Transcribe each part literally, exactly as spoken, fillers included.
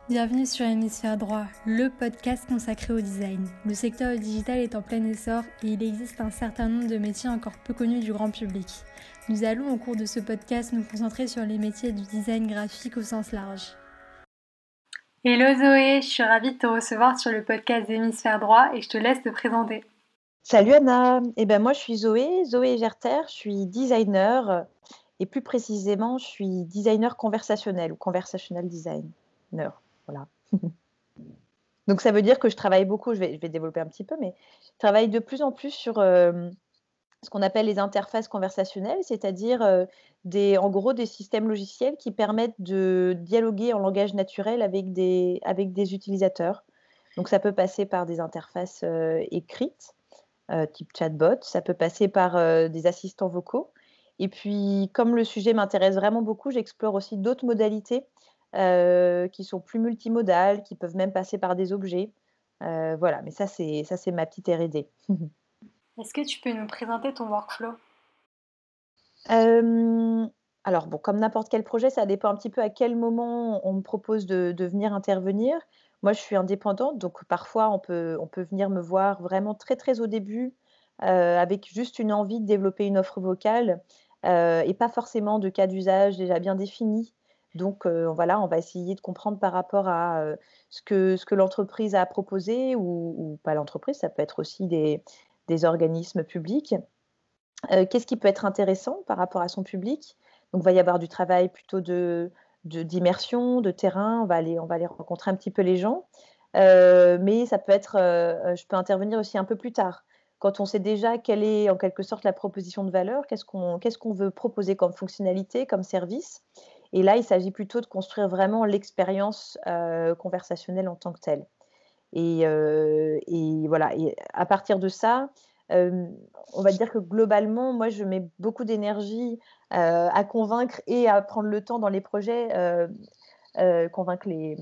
Bienvenue sur Hémisphère Droit, le podcast consacré au design. Le secteur digital est en plein essor et il existe un certain nombre de métiers encore peu connus du grand public. Nous allons au cours de ce podcast nous concentrer sur les métiers du design graphique au sens large. Hello Zoé, je suis ravie de te recevoir sur le podcast d'Hémisphère Droit et je te laisse te présenter. Salut Anna, eh ben moi je suis Zoé, Zoé Gerter, je suis designer et plus précisément je suis designer conversationnel ou conversational designer, voilà. Donc ça veut dire que je travaille beaucoup, je vais, je vais développer un petit peu, mais je travaille de plus en plus sur euh, ce qu'on appelle les interfaces conversationnelles, c'est-à-dire euh, des, en gros des systèmes logiciels qui permettent de dialoguer en langage naturel avec des, avec des utilisateurs. Donc ça peut passer par des interfaces euh, écrites, Euh, type chatbot, ça peut passer par euh, des assistants vocaux. Et puis, comme le sujet m'intéresse vraiment beaucoup, j'explore aussi d'autres modalités euh, qui sont plus multimodales, qui peuvent même passer par des objets. Euh, voilà, mais ça, c'est ça, c'est ma petite R et D. Est-ce que tu peux nous présenter ton workflow ? Euh, alors, bon, comme n'importe quel projet, ça dépend un petit peu à quel moment on me propose de, de venir intervenir. Moi, je suis indépendante, donc parfois, on peut, on peut venir me voir vraiment très, très au début, euh, avec juste une envie de développer une offre vocale euh, et pas forcément de cas d'usage déjà bien défini. Donc, euh, voilà, on va essayer de comprendre par rapport à euh, ce que, ce que l'entreprise a proposé ou, ou pas l'entreprise, ça peut être aussi des, des organismes publics. Euh, qu'est-ce qui peut être intéressant par rapport à son public? Donc, il va y avoir du travail plutôt de, de- d'immersion, de terrain. On va aller, on va aller rencontrer un petit peu les gens. Euh, mais ça peut être, euh, je peux intervenir aussi un peu plus tard. Quand on sait déjà quelle est en quelque sorte la proposition de valeur, qu'est-ce qu'on, qu'est-ce qu'on veut proposer comme fonctionnalité, comme service. Et là, il s'agit plutôt de construire vraiment l'expérience euh, conversationnelle en tant que telle. Et, euh, et voilà. Et à partir de ça, euh, on va dire que globalement, moi, je mets beaucoup d'énergie euh, à convaincre et à prendre le temps dans les projets, euh, euh, convaincre les,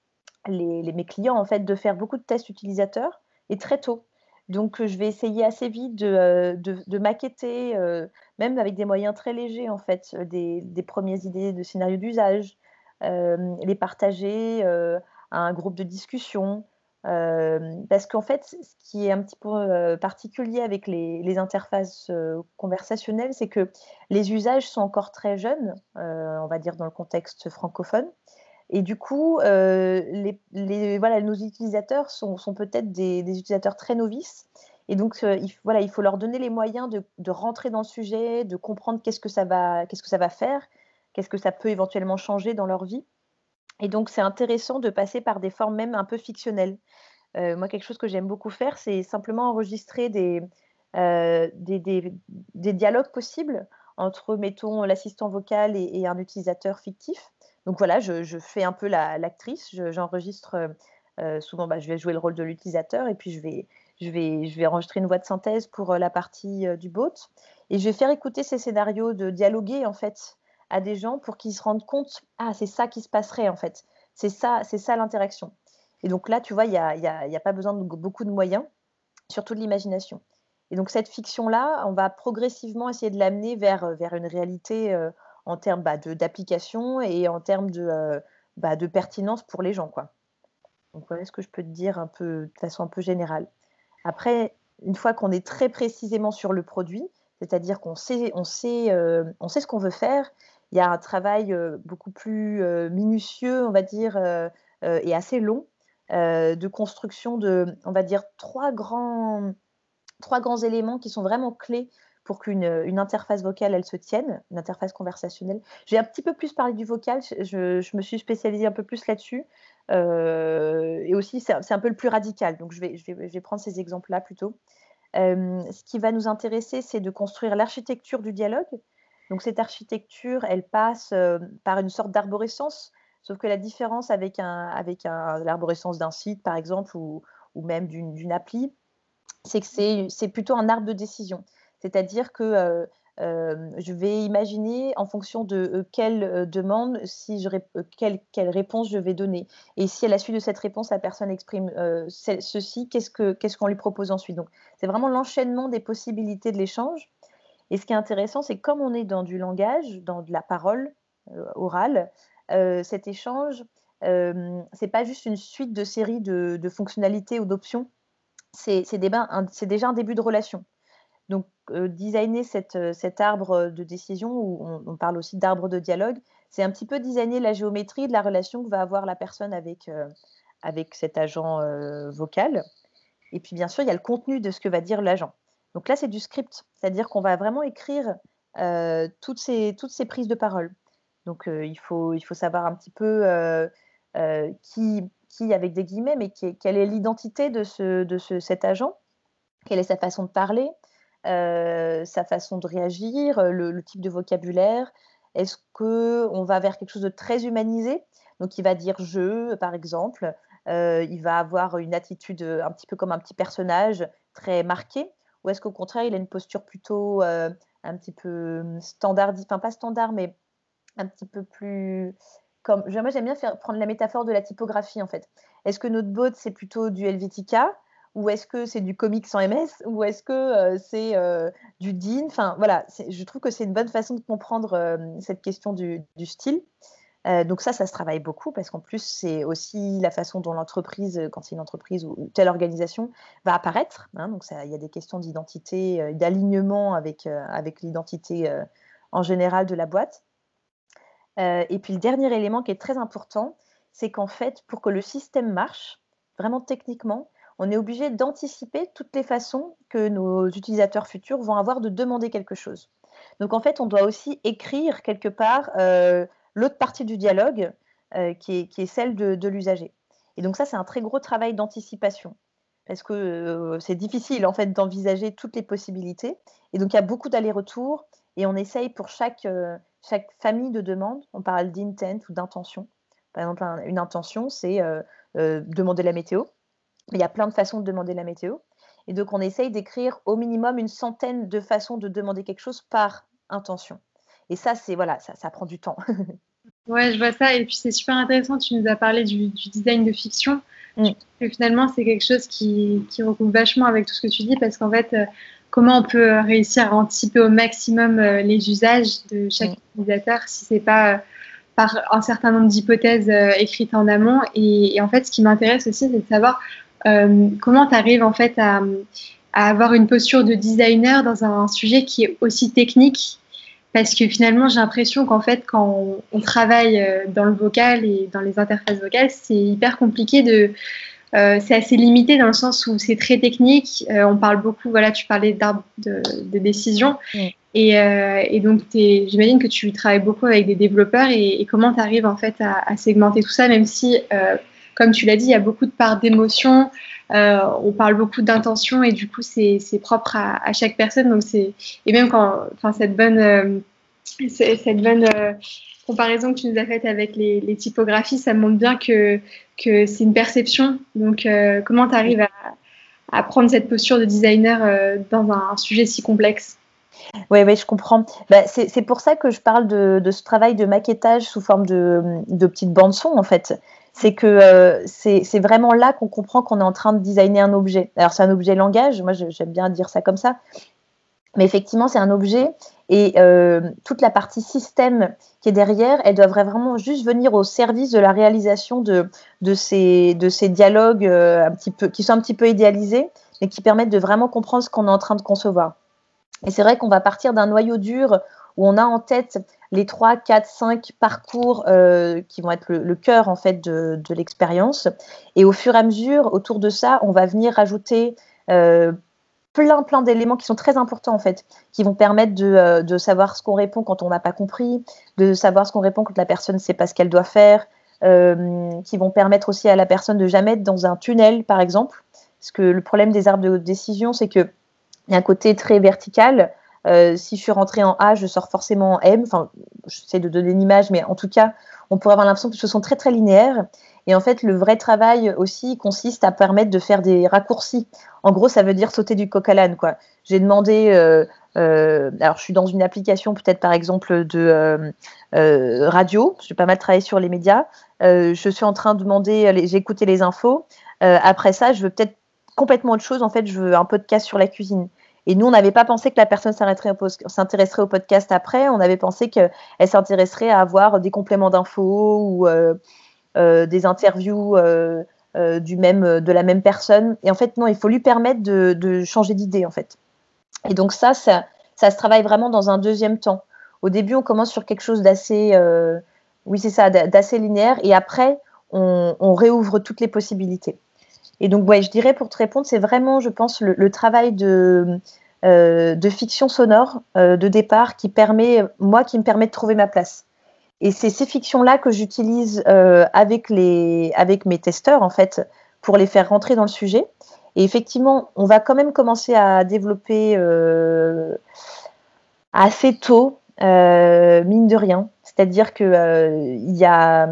les, les- mes clients en fait de faire beaucoup de tests utilisateurs et très tôt. Donc, je vais essayer assez vite de, euh, de, de maqueter, euh, même avec des moyens très légers en fait, des, des premières idées de scénarios d'usage, euh, les partager euh, à un groupe de discussion. Euh, parce qu'en fait, ce qui est un petit peu euh, particulier avec les, les interfaces euh, conversationnelles, c'est que les usages sont encore très jeunes, euh, on va dire dans le contexte francophone. Et du coup, euh, les, les- voilà, nos utilisateurs sont, sont peut-être des, des utilisateurs très novices. Et donc, euh, il, voilà, il faut leur donner les moyens de, de rentrer dans le sujet, de comprendre qu'est-ce que ça va, qu'est-ce que ça va faire, qu'est-ce que ça peut éventuellement changer dans leur vie. Et donc, c'est intéressant de passer par des formes même un peu fictionnelles. Euh, moi, quelque chose que j'aime beaucoup faire, c'est simplement enregistrer des, euh, des, des- des dialogues possibles entre, mettons, l'assistant vocal et, et un utilisateur fictif. Donc voilà, je, je fais un peu la- l'actrice, je- j'enregistre, euh, euh, souvent, bah, je vais jouer le rôle de l'utilisateur et puis je vais, je vais, je vais enregistrer une voix de synthèse pour euh, la partie euh, du bot. Et je vais faire écouter ces scénarios de dialoguer, en fait, à des gens pour qu'ils se rendent compte, ah, c'est ça qui se passerait, en fait. C'est ça, c'est ça l'interaction. Et donc là, tu vois, il n'y a, il y a, il y a pas besoin de beaucoup de moyens, surtout de l'imagination. Et donc cette fiction-là, on va progressivement essayer de l'amener vers, euh, vers une réalité euh, en termes bah, de, d'application et en termes de, euh, bah, de pertinence pour les gens, quoi. Donc voilà ce que je peux te dire un peu, de façon un peu générale. Après, une fois qu'on est très précisément sur le produit, c'est-à-dire qu'on sait, on sait, euh, on sait ce qu'on veut faire, il y a un travail euh, beaucoup plus euh, minutieux, on va dire, euh, euh, et assez long euh, de construction de, on va dire, trois grands, trois grands éléments qui sont vraiment clés pour qu'une une interface vocale, elle se tienne, une interface conversationnelle. J'ai un petit peu plus parlé du vocal, je, je me suis spécialisée un peu plus là-dessus. Euh, et aussi, c'est c'est un peu le plus radical, donc je vais, je vais, je vais prendre ces exemples-là plutôt. Euh, ce qui va nous intéresser, c'est de construire l'architecture du dialogue. Donc cette architecture, elle passe euh, par une sorte d'arborescence, sauf que la différence avec, un, avec un, l'arborescence d'un site, par exemple, ou, ou même d'une, d'une appli, c'est que c'est, c'est plutôt un arbre de décision. C'est-à-dire que euh, euh, je vais imaginer en fonction de euh, quelle euh, demande, si je, rép- euh, quelle, quelle réponse je vais donner. Et si à la suite de cette réponse, la personne exprime euh, ce- ceci, qu'est-ce, que, qu'est-ce qu'on lui propose ensuite. Donc, c'est vraiment l'enchaînement des possibilités de l'échange. Et ce qui est intéressant, c'est comme on est dans du langage, dans de la parole euh, orale, euh, cet échange, euh, c'est pas juste une suite de séries de, de fonctionnalités ou d'options, c'est, c'est, des bains- un- c'est déjà un début de relation. Donc, euh, designer cette, euh, cet arbre de décision, où on, on parle aussi d'arbre de dialogue, c'est un petit peu designer la géométrie de la relation que va avoir la personne avec, euh, avec cet agent euh, vocal. Et puis, bien sûr, il y a le contenu de ce que va dire l'agent. Donc là, c'est du script, c'est-à-dire qu'on va vraiment écrire euh, toutes, ces, toutes ces prises de parole. Donc, euh, il, faut, il faut savoir un petit peu euh, euh, qui, qui, avec des guillemets, mais qui, quelle est l'identité de, ce, de ce, cet agent, quelle est sa façon de parler, euh, sa façon de réagir, le, le type de vocabulaire. Est-ce qu'on va vers quelque chose de très humanisé? Donc, il va dire je, par exemple. Euh, il va avoir une attitude un petit peu comme un petit personnage très marqué. Ou est-ce qu'au contraire, il a une posture plutôt euh, un petit peu standard, enfin pas standard, mais un petit peu plus comme moi j'aime bien faire prendre la métaphore de la typographie en fait. Est-ce que notre bot c'est plutôt du Helvetica ou est-ce que c'est du comics sans M S ou est-ce que euh, c'est euh, du D I N? Enfin voilà, je trouve que c'est une bonne façon de comprendre euh, cette question du, du style. Euh, donc ça, ça se travaille beaucoup parce qu'en plus, c'est aussi la façon dont l'entreprise, quand c'est une entreprise ou, ou telle organisation, va apparaître. Hein, donc il y a des questions d'identité, euh, d'alignement avec, euh, avec l'identité euh, en général de la boîte. Euh, et puis le dernier élément qui est très important, c'est qu'en fait, pour que le système marche, vraiment techniquement, on est obligé d'anticiper toutes les façons que nos utilisateurs futurs vont avoir de demander quelque chose. Donc en fait, on doit aussi écrire quelque part euh, l'autre partie du dialogue euh, qui, est, qui est celle de, de l'usager. Et donc ça, c'est un très gros travail d'anticipation parce que euh, c'est difficile en fait d'envisager toutes les possibilités. Et donc il y a beaucoup d'allers-retours et on essaye pour chaque, euh, chaque famille de demandes, on parle d'intent ou d'intention. Par exemple, un, une intention, c'est euh, euh, demander la météo. Il y a plein de façons de demander la météo. Et donc, on essaye d'écrire au minimum une centaine de façons de demander quelque chose par intention. Et ça, c'est voilà, ça, ça prend du temps. Ouais, je vois ça. Et puis, c'est super intéressant. Tu nous as parlé du, du design de fiction. Mm. Je trouve que finalement, c'est quelque chose qui, qui recoupe vachement avec tout ce que tu dis parce qu'en fait, euh, comment on peut réussir à anticiper au maximum euh, les usages de chaque Mm. utilisateur si c'est pas euh, par un certain nombre d'hypothèses euh, écrites en amont. Et, et en fait, ce qui m'intéresse aussi, c'est de savoir euh, comment tu arrives en fait à, à avoir une posture de designer dans un sujet qui est aussi technique. Parce que finalement, j'ai l'impression qu'en fait, quand on, on travaille euh, dans le vocal et dans les interfaces vocales, c'est hyper compliqué de. Euh, c'est assez limité dans le sens où c'est très technique. Euh, on parle beaucoup, voilà, tu parlais d'arbre de, de décision. Mm. Et, euh, et donc, t'es- j'imagine que tu travailles beaucoup avec des développeurs et, et comment tu arrives en fait à, à segmenter tout ça, même si, euh, comme tu l'as dit, il y a beaucoup de parts d'émotion, euh, on parle beaucoup d'intention et du coup, c'est c'est propre à, à chaque personne. Donc c'est et même quand, enfin, cette bonne, euh, c'est- cette bonne euh, comparaison que tu nous as faite avec les, les typographies, ça montre bien que que c'est une perception. Donc, euh, comment tu arrives à, à prendre cette posture de designer euh, dans un, un sujet si complexe? Oui, oui, je comprends. Bah, c'est, c'est pour ça que je parle de, de ce travail de maquettage sous forme de, de petites bandes son, en fait. C'est que euh, c'est, c'est vraiment là qu'on comprend qu'on est en train de designer un objet. Alors, c'est un objet langage, moi je- j'aime bien dire ça comme ça, mais effectivement, c'est un objet et euh, toute la partie système qui est derrière, elle devrait vraiment juste venir au service de la réalisation de, de, ces, de ces dialogues euh, un petit peu, qui sont un petit peu idéalisés, mais qui permettent de vraiment comprendre ce qu'on est en train de concevoir. Et c'est vrai qu'on va partir d'un noyau dur où on a en tête les trois, quatre, cinq parcours euh, qui vont être le, le cœur en fait de, de l'expérience. Et au fur et à mesure, autour de ça, on va venir rajouter euh, plein, plein d'éléments qui sont très importants en fait, qui vont permettre de, euh, de savoir ce qu'on répond quand on n'a pas compris, de savoir ce qu'on répond quand la personne ne sait pas ce qu'elle doit faire, euh, qui vont permettre aussi à la personne de jamais être dans un tunnel, par exemple. Parce que le problème des arbres de décision, c'est que il y a un côté très vertical. Euh, si je suis rentrée en A, je sors forcément en M. Enfin, j'essaie de donner une image, mais en tout cas, on pourrait avoir l'impression que les choses sont très, très linéaires. Et en fait, le vrai travail aussi consiste à permettre de faire des raccourcis. En gros, ça veut dire sauter du coq à l'âne, quoi. J'ai demandé... Euh, euh, alors, je suis dans une application, peut-être par exemple, de euh, euh, radio. J'ai pas mal travaillé sur les médias. Euh, je suis en train de demander... Les, j'ai écouté les infos. Euh, après ça, je veux peut-être complètement autre chose. En fait, je veux un podcast sur la cuisine. Et nous, on n'avait pas pensé que la personne s'intéresserait au podcast après. On avait pensé qu'elle s'intéresserait à avoir des compléments d'infos ou, euh, euh, des interviews euh, euh, du même, de la même personne. Et en fait, non, il faut lui permettre de, de changer d'idée, en fait. Et donc ça, ça, ça se travaille vraiment dans un deuxième temps. Au début, on commence sur quelque chose d'assez, euh, oui, c'est ça, d'assez linéaire. Et après, on, on réouvre toutes les possibilités. Et donc, ouais, je dirais pour te répondre, c'est vraiment, je pense, le, le travail de, euh, de fiction sonore euh, de départ qui permet, moi, qui me permet de trouver ma place. Et c'est ces fictions-là que j'utilise euh, avec, les, avec mes testeurs, en fait, pour les faire rentrer dans le sujet. Et effectivement, on va quand même commencer à développer euh, assez tôt, euh, mine de rien. C'est-à-dire qu'il euh, y a...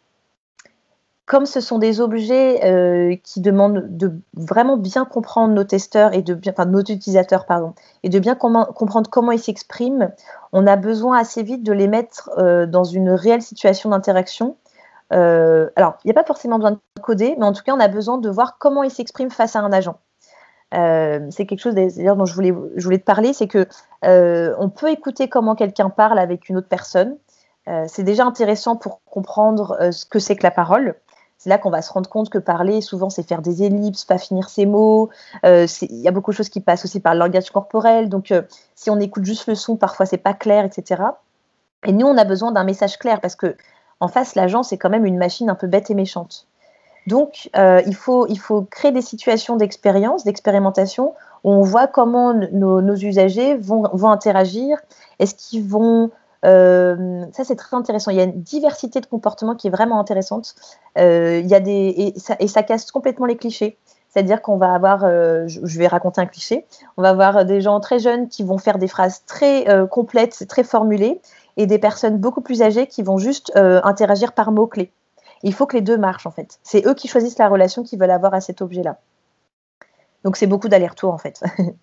Comme ce sont des objets euh, qui demandent de vraiment bien comprendre nos testeurs et de bien, enfin nos utilisateurs pardon, et de bien com- comprendre comment ils s'expriment, on a besoin assez vite de les mettre euh, dans une réelle situation d'interaction. Euh, alors, il n'y a pas forcément besoin de coder, mais en tout cas, on a besoin de voir comment ils s'expriment face à un agent. Euh, c'est quelque chose d'ailleurs dont je voulais, je voulais te parler, c'est que euh, on peut écouter comment quelqu'un parle avec une autre personne. Euh, c'est déjà intéressant pour comprendre euh, ce que c'est que la parole. C'est là qu'on va se rendre compte que parler, souvent, c'est faire des ellipses, pas finir ses mots. Euh, il y a beaucoup de choses qui passent aussi par le langage corporel. Donc, euh, si on écoute juste le son, parfois, c'est pas clair, et cetera. Et nous, on a besoin d'un message clair parce que, en face, l'agent, c'est quand même une machine un peu bête et méchante. Donc, euh, il faut, il faut créer des situations d'expérience, d'expérimentation, où on voit comment nos, nos usagers vont, vont interagir. Est-ce qu'ils vont... Euh, ça, c'est très intéressant. Il y a une diversité de comportements qui est vraiment intéressante. Euh, il y a des, et, ça, et ça casse complètement les clichés. C'est-à-dire qu'on va avoir, euh, je, je vais raconter un cliché, on va avoir des gens très jeunes qui vont faire des phrases très euh, complètes, très formulées, et des personnes beaucoup plus âgées qui vont juste euh, interagir par mots-clés. Il faut que les deux marchent, en fait. C'est eux qui choisissent la relation qu'ils veulent avoir à cet objet-là. Donc, c'est beaucoup d'aller-retour, en fait.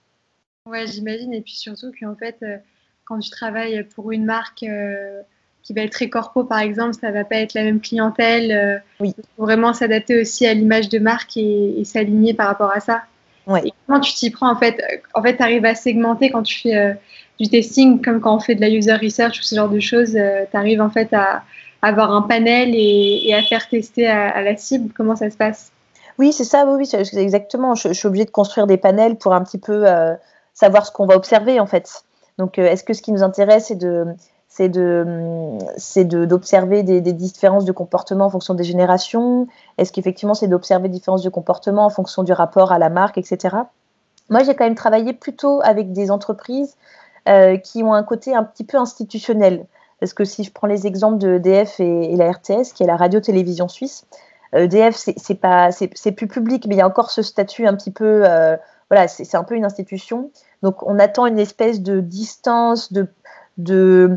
Ouais, j'imagine. Et puis surtout qu'en fait, euh, quand tu travailles pour une marque euh, qui va être très corpo, par exemple, ça va pas être la même clientèle. Euh, Oui. Il faut vraiment s'adapter aussi à l'image de marque et, et s'aligner par rapport à ça. Ouais. Et comment tu t'y prends, en fait? En fait, tu arrives à segmenter quand tu fais euh, du testing, comme quand on fait de la user research ou ce genre de choses. Euh, tu arrives en fait à, à avoir un panel et, et à faire tester à, à la cible. Comment ça se passe? Oui, c'est ça, oui, oui, c'est exactement. Je, je suis obligée de construire des panels pour un petit peu euh, savoir ce qu'on va observer, en fait. Donc, euh, est-ce que ce qui nous intéresse, c'est de, c'est de, c'est de, d'observer des, des différences de comportement en fonction des générations? Est-ce qu'effectivement, c'est d'observer des différences de comportement en fonction du rapport à la marque, et cetera. Moi, j'ai quand même travaillé plutôt avec des entreprises euh, qui ont un côté un petit peu institutionnel. Parce que si je prends les exemples de E D F et, et la R T S, qui est la radio-télévision suisse, E D F, c'est, c'est, pas, c'est, c'est plus public, mais il y a encore ce statut un petit peu... Euh, voilà, c'est, c'est un peu une institution. Donc, on attend une espèce de distance, de... de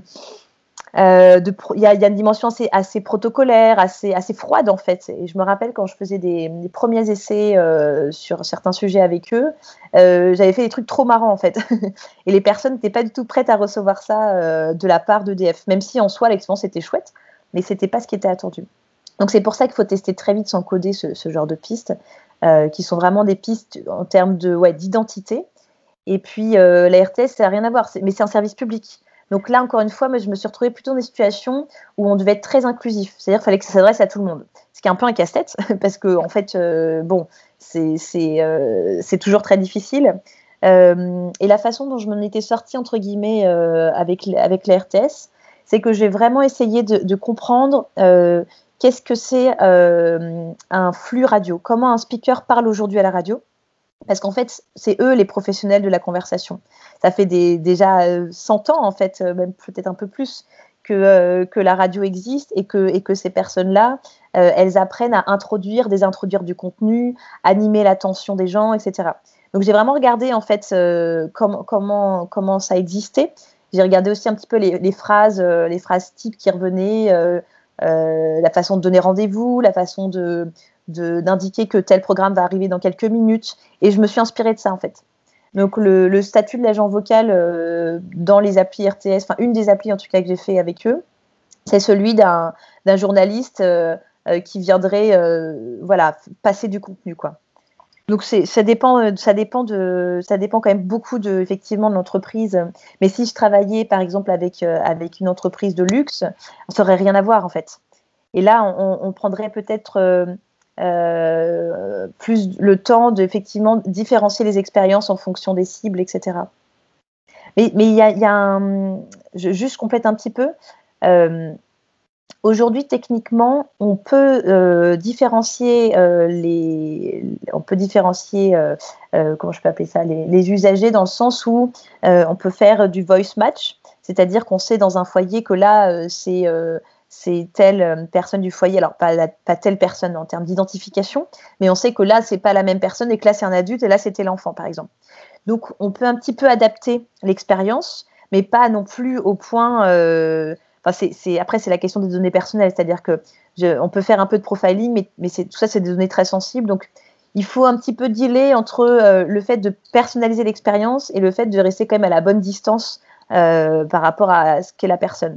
euh, de, il y, a, il y a une dimension assez, assez protocolaire, assez, assez froide en fait. Et je me rappelle quand je faisais des, des premiers essais euh, sur certains sujets avec eux, euh, j'avais fait des trucs trop marrants en fait. Et les personnes n'étaient pas du tout prêtes à recevoir ça euh, de la part d'E D F, même si en soi l'expérience était chouette, mais c'était pas ce qui était attendu. Donc c'est pour ça qu'il faut tester très vite sans coder ce, ce genre de pistes, euh, qui sont vraiment des pistes en termes de, ouais, d'identité. Et puis euh, la R T S, ça n'a rien à voir, c'est, mais c'est un service public. Donc là, encore une fois, moi, je me suis retrouvée plutôt dans des situations où on devait être très inclusif. C'est-à-dire qu'il fallait que ça s'adresse à tout le monde. Ce qui est un peu un casse-tête, parce que, en fait, euh, bon, c'est, c'est, euh, c'est toujours très difficile. Euh, et la façon dont je m'en étais sortie, entre guillemets, euh, avec, avec la R T S, c'est que j'ai vraiment essayé de, de comprendre euh, qu'est-ce que c'est euh, un flux radio, comment un speaker parle aujourd'hui à la radio. Parce qu'en fait, c'est eux les professionnels de la conversation. Ça fait des, déjà euh, cent ans, en fait, euh, même peut-être un peu plus, que, euh, que la radio existe et que, et que ces personnes-là, euh, elles apprennent à introduire, désintroduire du contenu, animer l'attention des gens, et cetera. Donc, j'ai vraiment regardé, en fait, euh, com- comment, comment ça existait. J'ai regardé aussi un petit peu les, les phrases, euh, les phrases types qui revenaient, euh, euh, la façon de donner rendez-vous, la façon de... De, d'indiquer que tel programme va arriver dans quelques minutes. Et je me suis inspirée de ça, en fait. Donc, le, le statut de l'agent vocal euh, dans les applis R T S, enfin, une des applis, en tout cas, que j'ai fait avec eux, c'est celui d'un, d'un journaliste euh, euh, qui viendrait euh, voilà, passer du contenu, quoi. Donc, c'est, ça, dépend, ça, dépend de, ça dépend quand même beaucoup, de, effectivement, de l'entreprise. Mais si je travaillais, par exemple, avec, euh, avec une entreprise de luxe, ça n'aurait rien à voir, en fait. Et là, on, on prendrait peut-être euh, euh, plus le temps d'effectivement différencier les expériences en fonction des cibles, et cetera. Mais mais il y a, il y a un, je, juste complète un petit peu. Euh, Aujourd'hui, techniquement, on peut euh, différencier euh, les, on peut différencier, euh, euh, comment je peux appeler ça, les, les usagers dans le sens où euh, on peut faire du voice match, c'est-à-dire qu'on sait dans un foyer que là, euh, c'est euh, c'est telle personne du foyer, alors pas, la, pas telle personne en termes d'identification, mais on sait que là, c'est pas la même personne et que là, c'est un adulte et là, c'était l'enfant, par exemple. Donc, on peut un petit peu adapter l'expérience, mais pas non plus au point. Euh, enfin, c'est, c'est, après, c'est la question des données personnelles, c'est-à-dire que je, on peut faire un peu de profiling, mais, mais c'est, tout ça, c'est des données très sensibles. Donc, il faut un petit peu dealer entre euh, le fait de personnaliser l'expérience et le fait de rester quand même à la bonne distance euh, par rapport à ce qu'est la personne.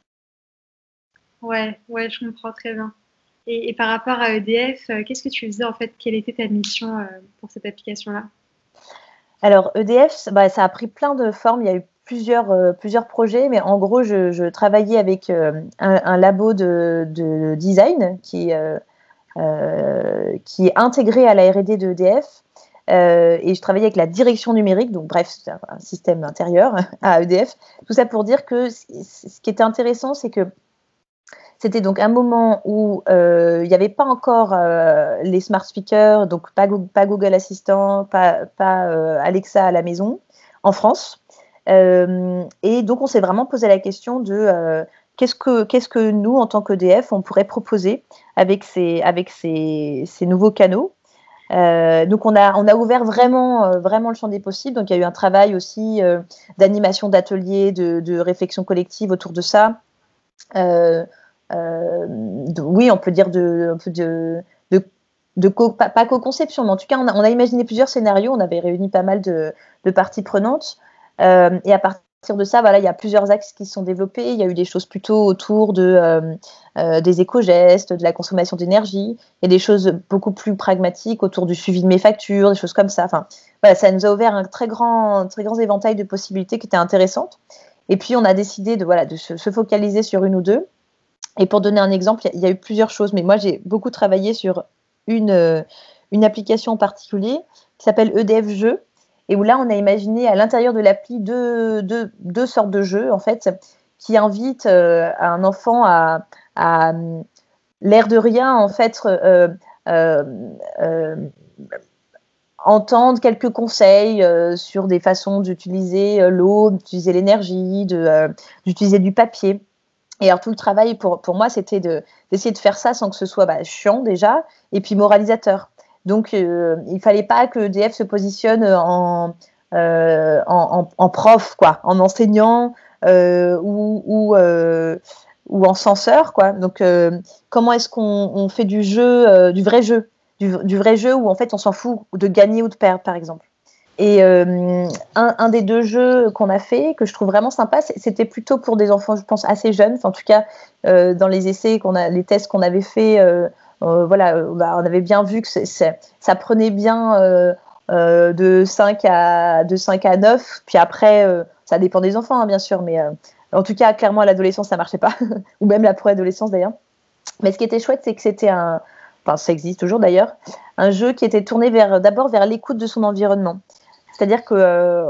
Ouais, ouais, je comprends très bien. Et, et par rapport à E D F, euh, qu'est-ce que tu faisais en fait? Quelle était ta mission euh, pour cette application-là? Alors, E D F, bah, ça a pris plein de formes. Il y a eu plusieurs, euh, plusieurs projets, mais en gros, je, je travaillais avec euh, un, un labo de, de design qui, euh, euh, qui est intégré à la R et D de E D F. Euh, et je travaillais avec la direction numérique, donc bref, c'est un, un système intérieur à E D F. Tout ça pour dire que c- ce qui était intéressant, c'est que c'était donc un moment où euh, il n'y avait pas encore euh, les smart speakers, donc pas Google, pas Google Assistant, pas, pas euh, Alexa à la maison en France. Euh, et donc on s'est vraiment posé la question de euh, qu'est-ce que, qu'est-ce que nous, en tant qu'E D F, on pourrait proposer avec ces, avec ces, ces nouveaux canaux. Euh, donc on a, on a ouvert vraiment, euh, vraiment le champ des possibles. Donc il y a eu un travail aussi euh, d'animation d'ateliers, de, de réflexion collective autour de ça. Euh, euh, de, oui, on peut dire de, un peu de, de, de co, pas, pas co-conception, mais en tout cas, on a, on a imaginé plusieurs scénarios. On avait réuni pas mal de, de parties prenantes. Euh, et à partir de ça, voilà, il y a plusieurs axes qui se sont développés. Il y a eu des choses plutôt autour de, euh, euh, des éco-gestes, de la consommation d'énergie. Il y a des choses beaucoup plus pragmatiques autour du suivi de mes factures, des choses comme ça. Enfin, voilà, ça nous a ouvert un très grand, très grand éventail de possibilités qui étaient intéressantes. Et puis, on a décidé de, voilà, de se, se focaliser sur une ou deux. Et pour donner un exemple, il y, y, a eu plusieurs choses, mais moi, j'ai beaucoup travaillé sur une, euh, une application en particulier qui s'appelle E D F Jeux, et où là, on a imaginé à l'intérieur de l'appli deux, deux, deux sortes de jeux, en fait, qui invitent euh, un enfant à, à, l'air de rien, en fait, euh, euh, euh, entendre quelques conseils euh, sur des façons d'utiliser euh, l'eau, d'utiliser l'énergie, de, euh, d'utiliser du papier. Et alors tout le travail pour, pour moi, c'était de, d'essayer de faire ça sans que ce soit bah, chiant déjà, et puis moralisateur. Donc euh, il ne fallait pas que E D F se positionne en, euh, en, en, en prof, quoi, en enseignant euh, ou, ou, euh, ou en censeur, quoi. Donc euh, comment est-ce qu'on on fait du jeu, euh, du vrai jeu, du, du vrai jeu où en fait on s'en fout de gagner ou de perdre, par exemple. Et euh, un, un des deux jeux qu'on a fait, que je trouve vraiment sympa, c'était plutôt pour des enfants, je pense, assez jeunes. Enfin, en tout cas, euh, dans les essais, qu'on a, les tests qu'on avait fait, euh, euh, voilà, euh, bah, on avait bien vu que c'est, c'est, ça prenait bien euh, euh, de cinq à neuf. Puis après, euh, ça dépend des enfants, hein, bien sûr, mais euh, en tout cas, clairement, à l'adolescence, ça marchait pas, ou même la préadolescence d'ailleurs. Mais ce qui était chouette, c'est que c'était un, enfin, ça existe toujours d'ailleurs, un jeu qui était tourné vers, d'abord vers l'écoute de son environnement. C'est-à-dire qu'on euh,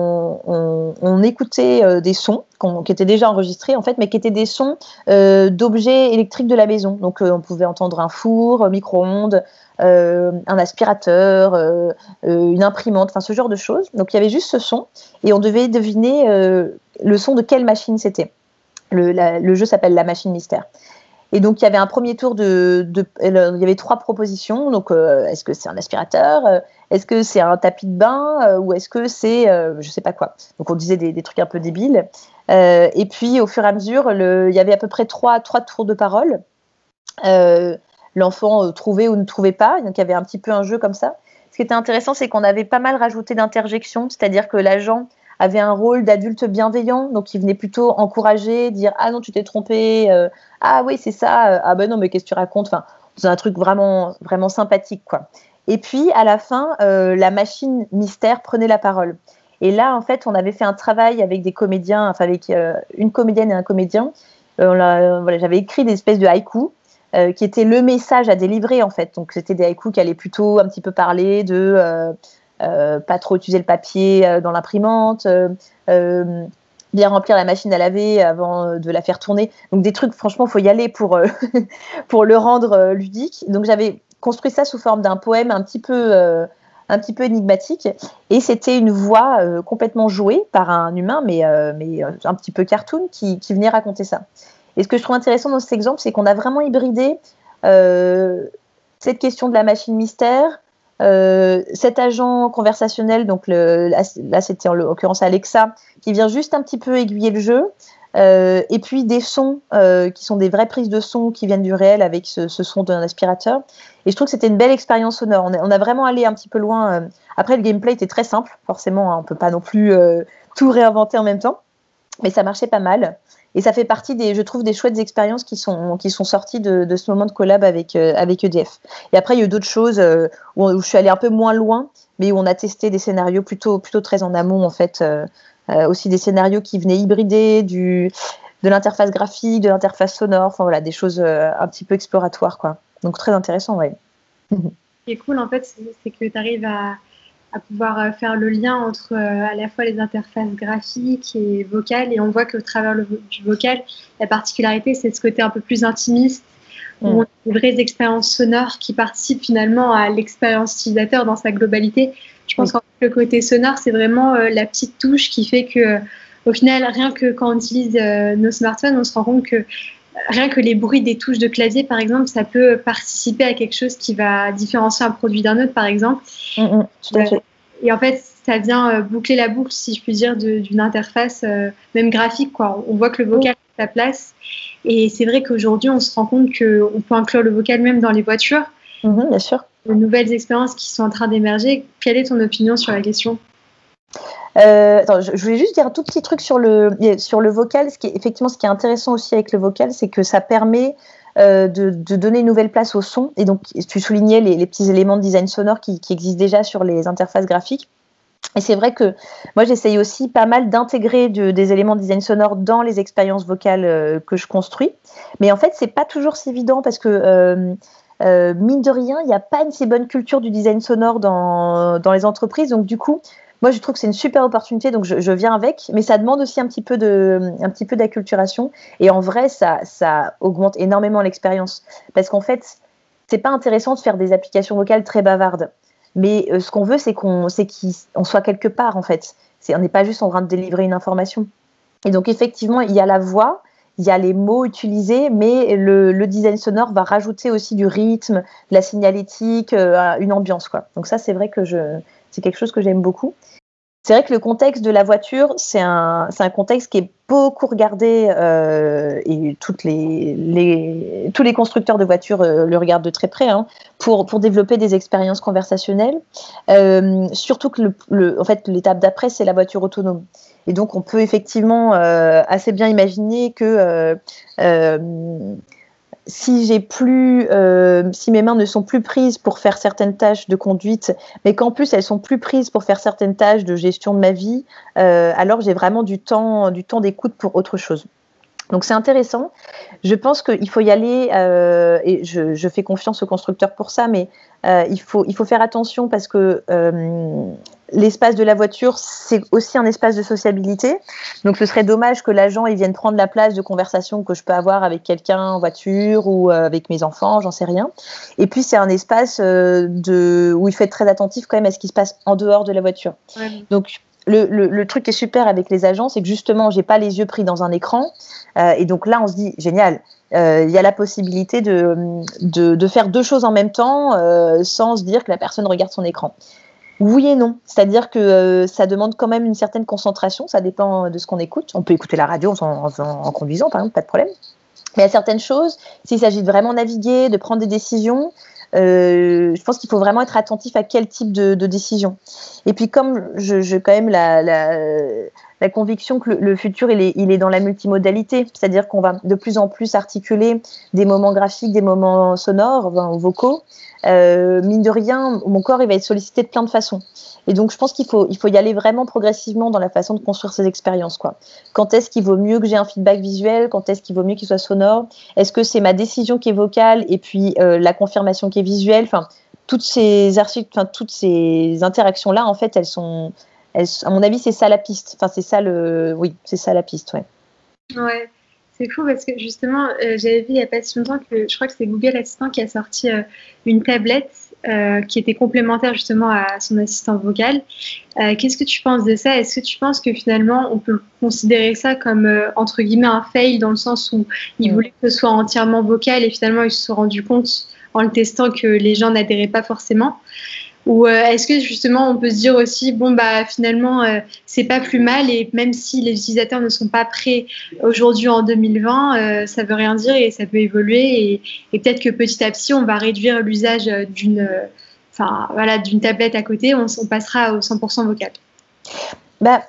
on, on écoutait euh, des sons qui étaient déjà enregistrés, en fait, mais qui étaient des sons euh, d'objets électriques de la maison. Donc, euh, on pouvait entendre un four, un micro-ondes, euh, un aspirateur, euh, euh, une imprimante, enfin, ce genre de choses. Donc, il y avait juste ce son, et on devait deviner euh, le son de quelle machine c'était. Le, la, le jeu s'appelle La Machine Mystère. Et donc, il y avait un premier tour de, de il y avait trois propositions. Donc, euh, est-ce que c'est un aspirateur? euh, Est-ce que c'est un tapis de bain? euh, Ou est-ce que c'est, euh, je sais pas quoi. Donc, on disait des, des trucs un peu débiles. Euh, et puis, au fur et à mesure, le, il y avait à peu près trois, trois tours de parole. Euh, l'enfant euh, trouvait ou ne trouvait pas. Donc, il y avait un petit peu un jeu comme ça. Ce qui était intéressant, c'est qu'on avait pas mal rajouté d'interjections, c'est-à-dire que l'agent avait un rôle d'adulte bienveillant, donc il venait plutôt encourager, dire ah non tu t'es trompé, euh, ah oui c'est ça, ah ben non mais qu'est-ce que tu racontes, enfin c'est un truc vraiment vraiment sympathique quoi. Et puis à la fin, euh, la machine mystère prenait la parole. Et là en fait on avait fait un travail avec des comédiens, enfin avec euh, une comédienne et un comédien. Euh, on a, voilà, j'avais écrit des espèces de haïkus. euh, qui étaient le message à délivrer en fait. Donc c'était des haïkus qui allaient plutôt un petit peu parler de euh, euh, pas trop utiliser le papier euh, dans l'imprimante, euh, euh, bien remplir la machine à laver avant de la faire tourner. Donc des trucs, franchement, faut y aller pour euh, pour le rendre euh, ludique. Donc j'avais construit ça sous forme d'un poème un petit peu euh, un petit peu énigmatique, et c'était une voix euh, complètement jouée par un humain, mais, euh, mais euh, un petit peu cartoon, qui, qui venait raconter ça. Et ce que je trouve intéressant dans cet exemple, c'est qu'on a vraiment hybridé euh, cette question de la machine mystère, euh, cet agent conversationnel, donc le, là, là c'était en l'occurrence Alexa, qui vient juste un petit peu aiguiller le jeu, euh, et puis des sons euh, qui sont des vraies prises de son qui viennent du réel avec ce, ce son d'un aspirateur. Et je trouve que c'était une belle expérience sonore. On a, on a vraiment allé un petit peu loin. Euh. Après, le gameplay était très simple, forcément, hein, on ne peut pas non plus euh, tout réinventer en même temps, mais ça marchait pas mal. Et ça fait partie, des, je trouve, des chouettes expériences qui sont, qui sont sorties de, de ce moment de collab avec, euh, avec E D F. Et après, il y a eu d'autres choses euh, où, où je suis allée un peu moins loin, mais où on a testé des scénarios plutôt, plutôt très en amont, en fait. Euh, euh, aussi des scénarios qui venaient hybrider du, de l'interface graphique, de l'interface sonore, enfin voilà, des choses euh, un petit peu exploratoires, quoi. Donc très intéressant, ouais. Ce qui est cool, en fait, c'est, c'est que tu arrives à, à pouvoir faire le lien entre euh, à la fois les interfaces graphiques et vocales, et on voit qu'au travers le, du vocal, la particularité, c'est ce côté un peu plus intimiste, mm. où on a des vraies expériences sonores qui participent finalement à l'expérience utilisateur dans sa globalité. Je pense mm. que le côté sonore, c'est vraiment euh, la petite touche qui fait que, euh, au final, rien que quand on utilise euh, nos smartphones, on se rend compte que rien que les bruits des touches de clavier, par exemple, ça peut participer à quelque chose qui va différencier un produit d'un autre, par exemple. Mmh, mmh, tout à fait. Euh, et en fait, ça vient euh, boucler la boucle, si je puis dire, de, d'une interface, euh, même graphique, quoi. On voit que le vocal mmh. a sa place. Et c'est vrai qu'aujourd'hui, on se rend compte qu'on peut inclure le vocal même dans les voitures. Mmh, bien sûr. De nouvelles expériences qui sont en train d'émerger. Quelle est ton opinion sur la question ? Euh, attends, je, je voulais juste dire un tout petit truc sur le, sur le vocal. Ce qui est, effectivement, ce qui est intéressant aussi avec le vocal, c'est que ça permet euh, de, de donner une nouvelle place au son. Et donc, tu soulignais les, les petits éléments de design sonore qui, qui existent déjà sur les interfaces graphiques. Et c'est vrai que moi, j'essaye aussi pas mal d'intégrer de, des éléments de design sonore dans les expériences vocales euh, que je construis. Mais en fait, c'est pas toujours si évident parce que euh, euh, mine de rien, il n'y a pas une si bonne culture du design sonore dans, dans les entreprises. Donc, du coup, moi, je trouve que c'est une super opportunité, donc je, je viens avec, mais ça demande aussi un petit peu de, un petit peu d'acculturation. Et en vrai, ça, ça augmente énormément l'expérience, parce qu'en fait, c'est pas intéressant de faire des applications vocales très bavardes. Mais euh, ce qu'on veut, c'est qu'on, c'est qu'on soit quelque part, en fait. C'est, on n'est pas juste en train de délivrer une information. Et donc, effectivement, il y a la voix, il y a les mots utilisés, mais le, le design sonore va rajouter aussi du rythme, de la signalétique, euh, une ambiance, quoi. Donc ça, c'est vrai que je, c'est quelque chose que j'aime beaucoup. C'est vrai que le contexte de la voiture, c'est un, c'est un contexte qui est beaucoup regardé euh, et toutes les, les, tous les constructeurs de voitures euh, le regardent de très près hein, pour, pour développer des expériences conversationnelles. Euh, surtout que le, le, en fait, l'étape d'après, c'est la voiture autonome. Et donc, on peut effectivement euh, assez bien imaginer que euh, euh, si j'ai plus, euh, si mes mains ne sont plus prises pour faire certaines tâches de conduite, mais qu'en plus elles sont plus prises pour faire certaines tâches de gestion de ma vie, euh, alors j'ai vraiment du temps, du temps d'écoute pour autre chose. Donc c'est intéressant. Je pense qu'il faut y aller, euh, et je, je fais confiance aux constructeurs pour ça, mais euh, il faut, il faut faire attention parce que euh, l'espace de la voiture, c'est aussi un espace de sociabilité. Donc ce serait dommage que l'agent il vienne prendre la place de conversation que je peux avoir avec quelqu'un en voiture ou euh, avec mes enfants, j'en sais rien. Et puis c'est un espace euh, de, où il faut être très attentif quand même à ce qui se passe en dehors de la voiture. Ouais. Donc Le, le, le truc qui est super avec les agents, c'est que justement, j'ai pas les yeux pris dans un écran. Euh, et donc là, on se dit, génial, il euh, y a la possibilité de, de, de faire deux choses en même temps euh, sans se dire que la personne regarde son écran. Oui et non. C'est-à-dire que euh, ça demande quand même une certaine concentration. Ça dépend de ce qu'on écoute. On peut écouter la radio en, en, en conduisant, par exemple, pas de problème. Mais il y a certaines choses, s'il s'agit de vraiment naviguer, de prendre des décisions, Euh, je pense qu'il faut vraiment être attentif à quel type de, de décision. Et puis comme je, je quand même la, la, la conviction que le, le futur, il est, il est dans la multimodalité, c'est-à-dire qu'on va de plus en plus articuler des moments graphiques, des moments sonores, enfin, vocaux. Euh, mine de rien, mon corps, il va être sollicité de plein de façons. Et donc, je pense qu'il faut, il faut y aller vraiment progressivement dans la façon de construire ces expériences, quoi. Quand est-ce qu'il vaut mieux que j'ai un feedback visuel? Quand est-ce qu'il vaut mieux qu'il soit sonore? Est-ce que c'est ma décision qui est vocale et puis euh, la confirmation qui est visuelle? Enfin, toutes ces archi- enfin, toutes ces interactions-là, en fait, elles sont, elles, à mon avis, c'est ça la piste. Enfin, c'est ça le, oui, c'est ça la piste, ouais. Ouais, c'est fou parce que justement, euh, j'avais vu il n'y a pas si longtemps que je crois que c'est Google Assistant qui a sorti euh, une tablette euh, qui était complémentaire justement à son assistant vocal. Euh, qu'est-ce que tu penses de ça? Est-ce que tu penses que finalement on peut considérer ça comme euh, entre guillemets un fail dans le sens où ils Mm. voulaient que ce soit entièrement vocal et finalement ils se sont rendus compte en le testant que les gens n'adhéraient pas forcément? Ou euh, est-ce que justement on peut se dire aussi bon bah finalement euh, c'est pas plus mal et même si les utilisateurs ne sont pas prêts aujourd'hui en deux mille vingt, euh, ça veut rien dire et ça peut évoluer et, et peut-être que petit à petit on va réduire l'usage euh, d'une, euh, enfin voilà, d'une tablette à côté, on, on passera au cent pour cent vocal. Bah,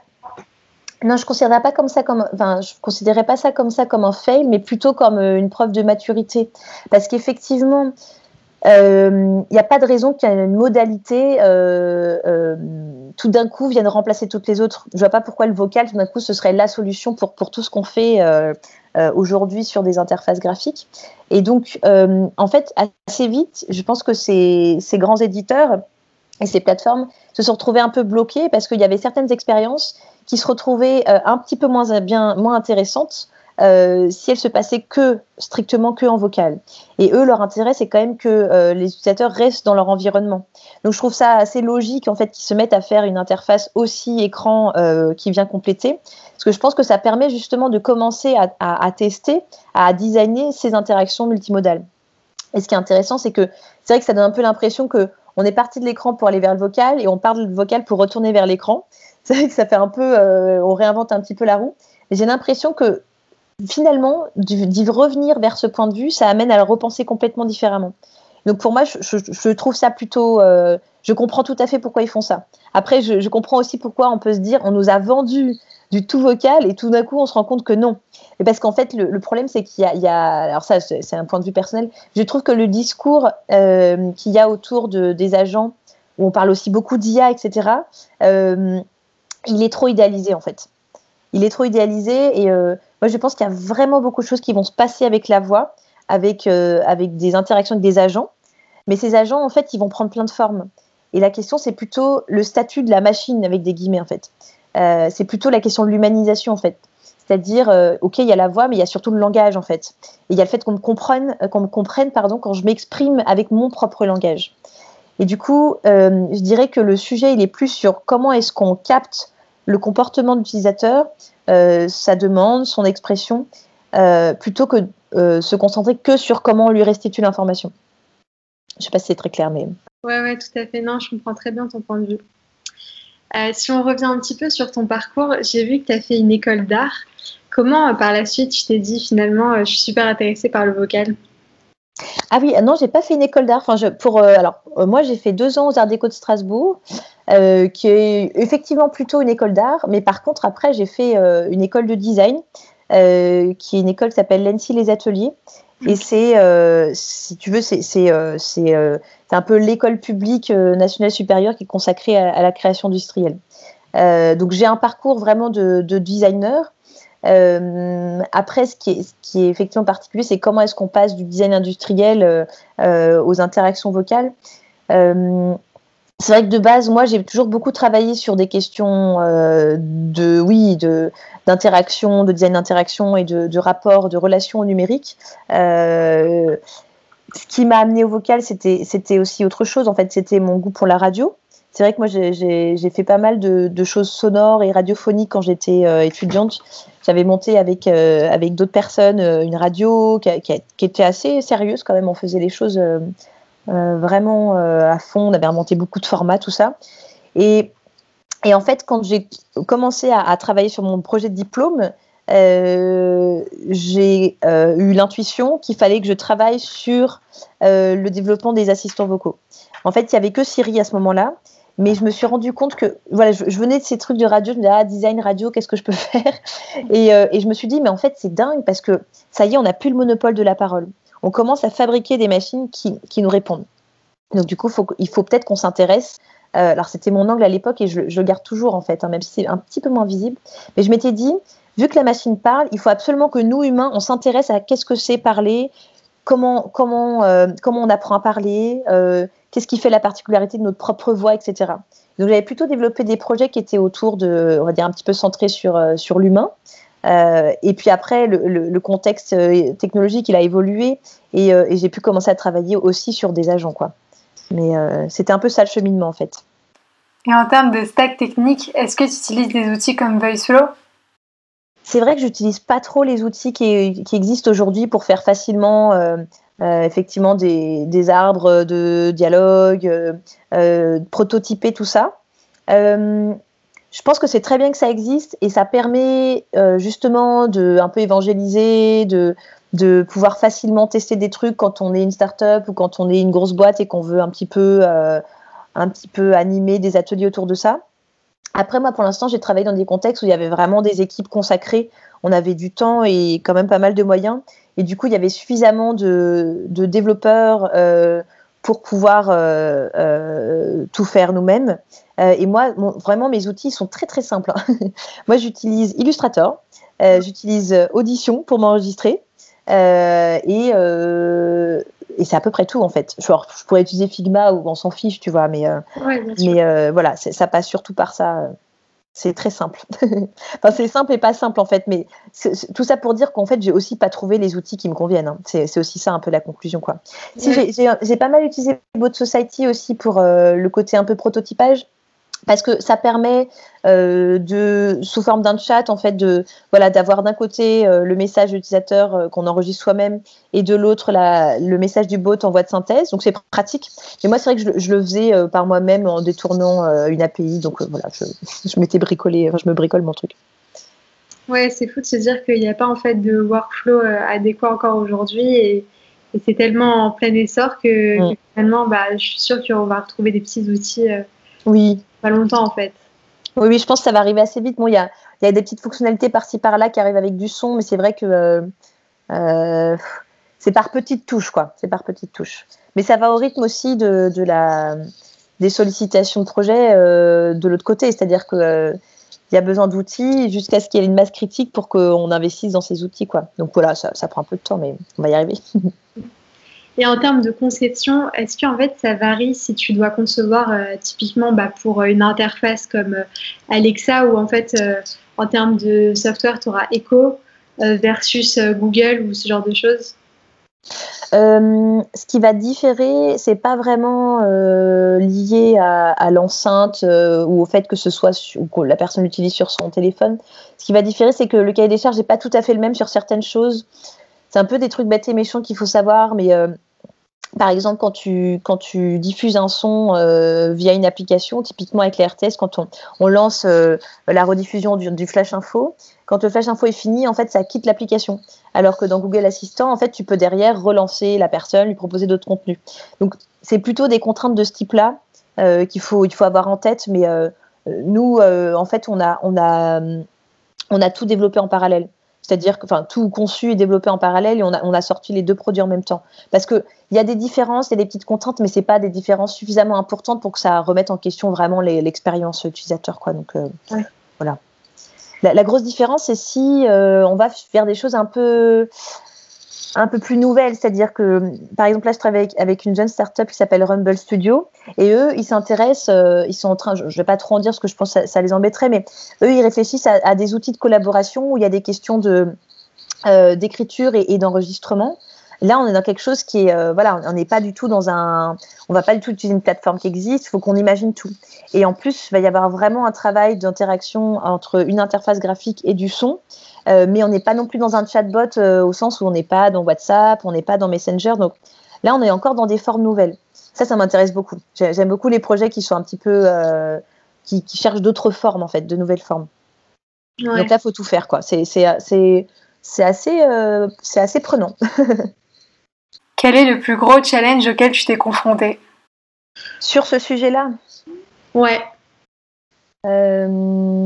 non, je considérerais pas comme ça comme, enfin, je considérais pas ça comme ça comme un fail, mais plutôt comme euh, une preuve de maturité, parce qu'effectivement. Il euh, n'y a pas de raison qu'il y ait une modalité euh, euh, tout d'un coup vienne remplacer toutes les autres. Je ne vois pas pourquoi le vocal, tout d'un coup, ce serait la solution pour, pour tout ce qu'on fait euh, euh, aujourd'hui sur des interfaces graphiques. Et donc, euh, en fait, assez vite, je pense que ces, ces grands éditeurs et ces plateformes se sont retrouvés un peu bloqués parce qu'il y avait certaines expériences qui se retrouvaient euh, un petit peu moins, bien, moins intéressantes Euh, si elles se passaient que strictement que en vocal. Et eux, leur intérêt, c'est quand même que euh, les utilisateurs restent dans leur environnement. Donc, je trouve ça assez logique en fait qu'ils se mettent à faire une interface aussi écran euh, qui vient compléter, parce que je pense que ça permet justement de commencer à, à, à tester, à designer ces interactions multimodales. Et ce qui est intéressant, c'est que c'est vrai que ça donne un peu l'impression que on est parti de l'écran pour aller vers le vocal et on part du vocal pour retourner vers l'écran. C'est vrai que ça fait un peu, euh, on réinvente un petit peu la roue. Mais j'ai l'impression que finalement, d'y revenir vers ce point de vue, ça amène à le repenser complètement différemment. Donc pour moi, je, je, je trouve ça plutôt... Euh, je comprends tout à fait pourquoi ils font ça. Après, je, je comprends aussi pourquoi on peut se dire on nous a vendu du tout vocal et tout d'un coup, on se rend compte que non. Et parce qu'en fait, le, le problème, c'est qu'il y a... Il y a alors ça, c'est, c'est un point de vue personnel. Je trouve que le discours euh, qu'il y a autour de, des agents, où on parle aussi beaucoup d'I A, et cetera, euh, il est trop idéalisé, en fait. Il est trop idéalisé et euh, moi je pense qu'il y a vraiment beaucoup de choses qui vont se passer avec la voix, avec, euh, avec des interactions avec des agents, mais ces agents en fait ils vont prendre plein de formes. Et la question c'est plutôt le statut de la machine avec des guillemets en fait. Euh, c'est plutôt la question de l'humanisation en fait. C'est-à-dire, euh, ok, il y a la voix, mais il y a surtout le langage en fait. Et il y a le fait qu'on me comprenne, qu'on me comprenne pardon, quand je m'exprime avec mon propre langage. Et du coup, euh, je dirais que le sujet il est plus sur comment est-ce qu'on capte le comportement de l'utilisateur, euh, sa demande, son expression, euh, plutôt que euh, se concentrer que sur comment on lui restitue l'information. Je ne sais pas si c'est très clair, mais... Ouais, ouais, tout à fait. Non, je comprends très bien ton point de vue. Euh, si on revient un petit peu sur ton parcours, j'ai vu que tu as fait une école d'art. Comment, euh, par la suite, tu t'es dit finalement, euh, je suis super intéressée par le vocal? Ah oui, non, j'ai pas fait une école d'art. Enfin, je, pour, euh, alors, euh, moi, j'ai fait deux ans aux Arts Déco de Strasbourg, euh, qui est effectivement plutôt une école d'art. Mais par contre, après, j'ai fait euh, une école de design, euh, qui est une école qui s'appelle l'E N S I Les Ateliers. Et c'est, euh, si tu veux, c'est, c'est, euh, c'est, euh, c'est un peu l'école publique euh, nationale supérieure qui est consacrée à, à la création industrielle. Euh, donc, j'ai un parcours vraiment de, de designer. Euh, après, ce qui, est, ce qui est effectivement particulier, c'est comment est-ce qu'on passe du design industriel euh, euh, aux interactions vocales. Euh, c'est vrai que de base, moi, j'ai toujours beaucoup travaillé sur des questions euh, de, oui, de, d'interaction, de design d'interaction et de, de rapport, de relations au numérique. Euh, ce qui m'a amené au vocal, c'était, c'était aussi autre chose. En fait, c'était mon goût pour la radio. C'est vrai que moi, j'ai, j'ai, j'ai fait pas mal de, de choses sonores et radiophoniques quand j'étais euh, étudiante. J'avais monté avec, euh, avec d'autres personnes euh, une radio qui, qui, qui était assez sérieuse quand même. On faisait les choses euh, euh, vraiment euh, à fond. On avait inventé beaucoup de formats, tout ça. Et, et en fait, quand j'ai commencé à, à travailler sur mon projet de diplôme, euh, j'ai euh, eu l'intuition qu'il fallait que je travaille sur euh, le développement des assistants vocaux. En fait, il n'y avait que Siri à ce moment-là. Mais je me suis rendu compte que, voilà, je, je venais de ces trucs de radio, je me disais, ah, design radio, qu'est-ce que je peux faire? Et, euh, et je me suis dit, mais en fait, c'est dingue parce que ça y est, on n'a plus le monopole de la parole. On commence à fabriquer des machines qui, qui nous répondent. Donc, du coup, faut, il faut peut-être qu'on s'intéresse. Euh, alors, c'était mon angle à l'époque et je, je le garde toujours, en fait, hein, même si c'est un petit peu moins visible. Mais je m'étais dit, vu que la machine parle, il faut absolument que nous, humains, on s'intéresse à qu'est-ce que c'est parler, comment, comment, euh, comment on apprend à parler, euh, qu'est-ce qui fait la particularité de notre propre voix, et cetera. Donc, j'avais plutôt développé des projets qui étaient autour de, on va dire, un petit peu centrés sur, euh, sur l'humain. Euh, et puis après, le, le, le contexte technologique, il a évolué et, euh, et j'ai pu commencer à travailler aussi sur des agents, quoi. Mais euh, c'était un peu ça le cheminement, en fait. Et en termes de stack technique, est-ce que tu utilises des outils comme VoiceFlow ? C'est vrai que j'utilise pas trop les outils qui, qui existent aujourd'hui pour faire facilement euh, euh, effectivement des, des arbres de dialogue, euh, euh, prototyper tout ça. Euh, je pense que c'est très bien que ça existe et ça permet euh, justement de un peu évangéliser, de, de pouvoir facilement tester des trucs quand on est une start-up ou quand on est une grosse boîte et qu'on veut un petit peu, euh, un petit peu animer des ateliers autour de ça. Après, moi, pour l'instant, j'ai travaillé dans des contextes où il y avait vraiment des équipes consacrées. On avait du temps et quand même pas mal de moyens. Et du coup, il y avait suffisamment de, de développeurs euh, pour pouvoir euh, euh, tout faire nous-mêmes. Euh, et moi, mon, vraiment, mes outils sont très, très simples. Moi, j'utilise Illustrator. Euh, j'utilise Audition pour m'enregistrer. Euh, et, euh, et c'est à peu près tout, en fait. Genre, je pourrais utiliser Figma ou on s'en fiche, tu vois, mais, euh, ouais, mais euh, voilà, ça passe surtout par ça. C'est très simple. Enfin, c'est simple et pas simple, en fait, mais c'est, c'est, tout ça pour dire qu'en fait, j'ai aussi pas trouvé les outils qui me conviennent. Hein. C'est, c'est aussi ça un peu la conclusion, quoi. Si, ouais. j'ai, j'ai, j'ai pas mal utilisé Bot Society aussi pour euh, le côté un peu prototypage. Parce que ça permet euh, de, sous forme d'un chat, en fait, de, voilà, d'avoir d'un côté euh, le message de l'utilisateur euh, qu'on enregistre soi-même et de l'autre la, le message du bot en voix de synthèse. Donc c'est pratique. Mais moi, c'est vrai que je, je le faisais euh, par moi-même en détournant euh, une A P I. Donc euh, voilà, je, je m'étais bricolé, enfin, je me bricole mon truc. Ouais, c'est fou de se dire qu'il n'y a pas en fait de workflow euh, adéquat encore aujourd'hui et, et c'est tellement en plein essor que, mm. que finalement, bah, je suis sûre qu'on va retrouver des petits outils. Euh, oui. Pas longtemps en fait. Oui, oui, je pense que ça va arriver assez vite. Bon, il y a, y a des petites fonctionnalités par-ci par-là qui arrivent avec du son, mais c'est vrai que euh, euh, c'est par petites touches, quoi. C'est par petites touches. Mais ça va au rythme aussi de, de la, des sollicitations de projets euh, de l'autre côté, c'est-à-dire que euh, y a besoin d'outils jusqu'à ce qu'il y ait une masse critique pour qu'on investisse dans ces outils, quoi. Donc voilà, ça, ça prend un peu de temps, mais on va y arriver. Et en termes de conception, est-ce qu'en fait ça varie si tu dois concevoir euh, typiquement bah, pour une interface comme euh, Alexa ou en fait euh, en termes de software tu auras Echo euh, versus euh, Google ou ce genre de choses? Euh, ce qui va différer, c'est pas vraiment euh, lié à, à l'enceinte euh, ou au fait que ce soit su- ou que la personne l'utilise sur son téléphone. Ce qui va différer, c'est que le cahier des charges n'est pas tout à fait le même sur certaines choses. C'est un peu des trucs bêtes et méchants qu'il faut savoir, mais euh, par exemple, quand tu, quand tu diffuses un son euh, via une application, typiquement avec les R T S, quand on, on lance euh, la rediffusion du, du Flash Info, quand le Flash Info est fini, en fait, ça quitte l'application. Alors que dans Google Assistant, en fait, tu peux derrière relancer la personne, lui proposer d'autres contenus. Donc, c'est plutôt des contraintes de ce type-là euh, qu'il faut, il faut avoir en tête. Mais euh, nous, euh, en fait, on a, on a, on a tout développé en parallèle. C'est-à-dire que, enfin, tout conçu et développé en parallèle et on a, on a sorti les deux produits en même temps. Parce qu'il y a des différences, il y a des petites contraintes, mais ce n'est pas des différences suffisamment importantes pour que ça remette en question vraiment les, l'expérience utilisateur, quoi. Donc, euh, ouais. Voilà. La, la grosse différence, c'est si euh, on va faire des choses un peu, un peu plus nouvelles. C'est-à-dire que, par exemple, là, je travaille avec, avec une jeune start-up qui s'appelle Rumble Studio. Et eux, ils s'intéressent, euh, ils sont en train, je ne vais pas trop en dire parce que je pense que ça, ça les embêterait, mais eux, ils réfléchissent à, à des outils de collaboration où il y a des questions de, euh, d'écriture et, et d'enregistrement. Là, on est dans quelque chose qui est, euh, voilà, on n'est pas du tout dans un, on va pas du tout utiliser une plateforme qui existe. Il faut qu'on imagine tout. Et en plus, il va y avoir vraiment un travail d'interaction entre une interface graphique et du son. Euh, mais on n'est pas non plus dans un chatbot euh, au sens où on n'est pas dans WhatsApp, on n'est pas dans Messenger. Donc là, on est encore dans des formes nouvelles. Ça, ça m'intéresse beaucoup. J'aime beaucoup les projets qui sont un petit peu, euh, qui, qui cherchent d'autres formes en fait, de nouvelles formes. Ouais. Donc là, faut tout faire, quoi. C'est, c'est, c'est, c'est assez, euh, c'est assez prenant. Quel est le plus gros challenge auquel tu t'es confrontée ? Sur ce sujet-là ? Ouais. Euh...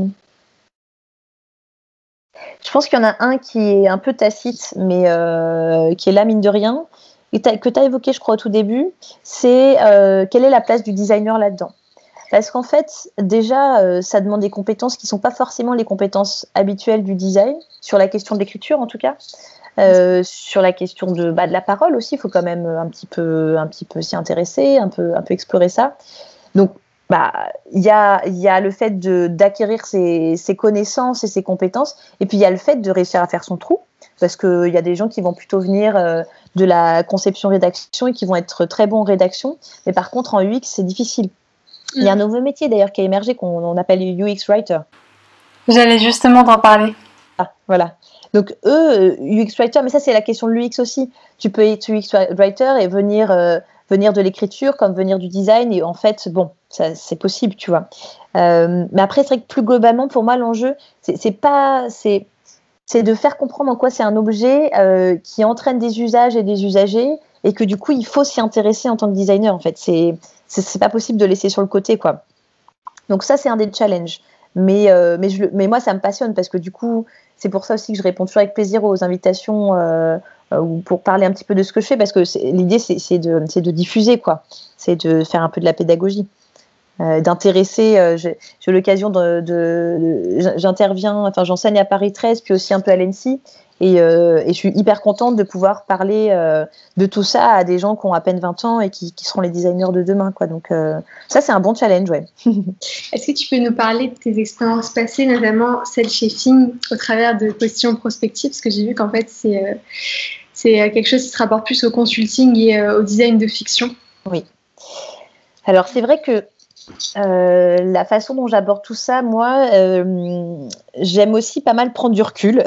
Je pense qu'il y en a un qui est un peu tacite, mais euh, qui est là, mine de rien, et t'as, que tu as évoqué, je crois, au tout début, c'est euh, quelle est la place du designer là-dedans. Parce qu'en fait, déjà, euh, ça demande des compétences qui ne sont pas forcément les compétences habituelles du design, sur la question de l'écriture en tout cas. Euh, sur la question de, bah, de la parole aussi, il faut quand même un petit peu, un petit peu s'y intéresser, un peu, un peu explorer ça. Donc, bah, il y a, y a le fait de, d'acquérir ses, ses connaissances et ses compétences, et puis il y a le fait de réussir à faire son trou, parce qu'il y a des gens qui vont plutôt venir euh, de la conception-rédaction et qui vont être très bons en rédaction, mais par contre en U X, c'est difficile. Il y a un nouveau métier d'ailleurs qui a émergé qu'on on appelle U X Writer. J'allais justement t'en parler. Ah, voilà. Donc eux, U X Writer, mais ça c'est la question de l'U X aussi. Tu peux être U X Writer et venir, euh, venir de l'écriture comme venir du design, et en fait, bon, ça, c'est possible, tu vois. Euh, mais après, c'est vrai que plus globalement, pour moi, l'enjeu, c'est, c'est pas... C'est, c'est de faire comprendre en quoi c'est un objet euh, qui entraîne des usages et des usagers, et que du coup, il faut s'y intéresser en tant que designer, en fait. C'est, c'est, c'est pas possible de laisser sur le côté, quoi. Donc ça, c'est un des challenges. Mais, euh, mais, je, mais moi, ça me passionne parce que du coup, c'est pour ça aussi que je réponds toujours avec plaisir aux invitations euh, euh, pour parler un petit peu de ce que je fais, parce que c'est, l'idée, c'est, c'est, de, c'est de diffuser, quoi. C'est de faire un peu de la pédagogie. Euh, d'intéresser, euh, j'ai, j'ai eu l'occasion de, de, de j'interviens, enfin j'enseigne à Paris treize, puis aussi un peu à l'E N S I, et, euh, et je suis hyper contente de pouvoir parler euh, de tout ça à des gens qui ont à peine vingt ans et qui, qui seront les designers de demain, quoi. Donc euh, ça c'est un bon challenge, ouais. Est-ce que tu peux nous parler de tes expériences passées, notamment celle chez Fing, au travers de questions prospectives, parce que j'ai vu qu'en fait c'est, euh, c'est quelque chose qui se rapporte plus au consulting et euh, au design de fiction. Oui. Alors c'est vrai que Euh, la façon dont j'aborde tout ça, moi, euh, j'aime aussi pas mal prendre du recul.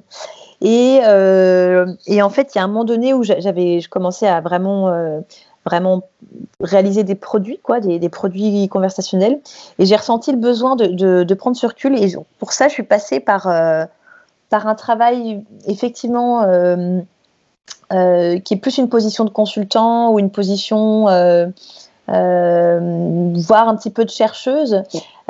et, euh, et en fait, il y a un moment donné où j'avais, je commençais à vraiment, euh, vraiment réaliser des produits, quoi, des, des produits conversationnels. Et j'ai ressenti le besoin de, de, de prendre ce recul. Et pour ça, je suis passée par, euh, par un travail, effectivement, euh, euh, qui est plus une position de consultant ou une position... Euh, Euh, voire un petit peu de chercheuse.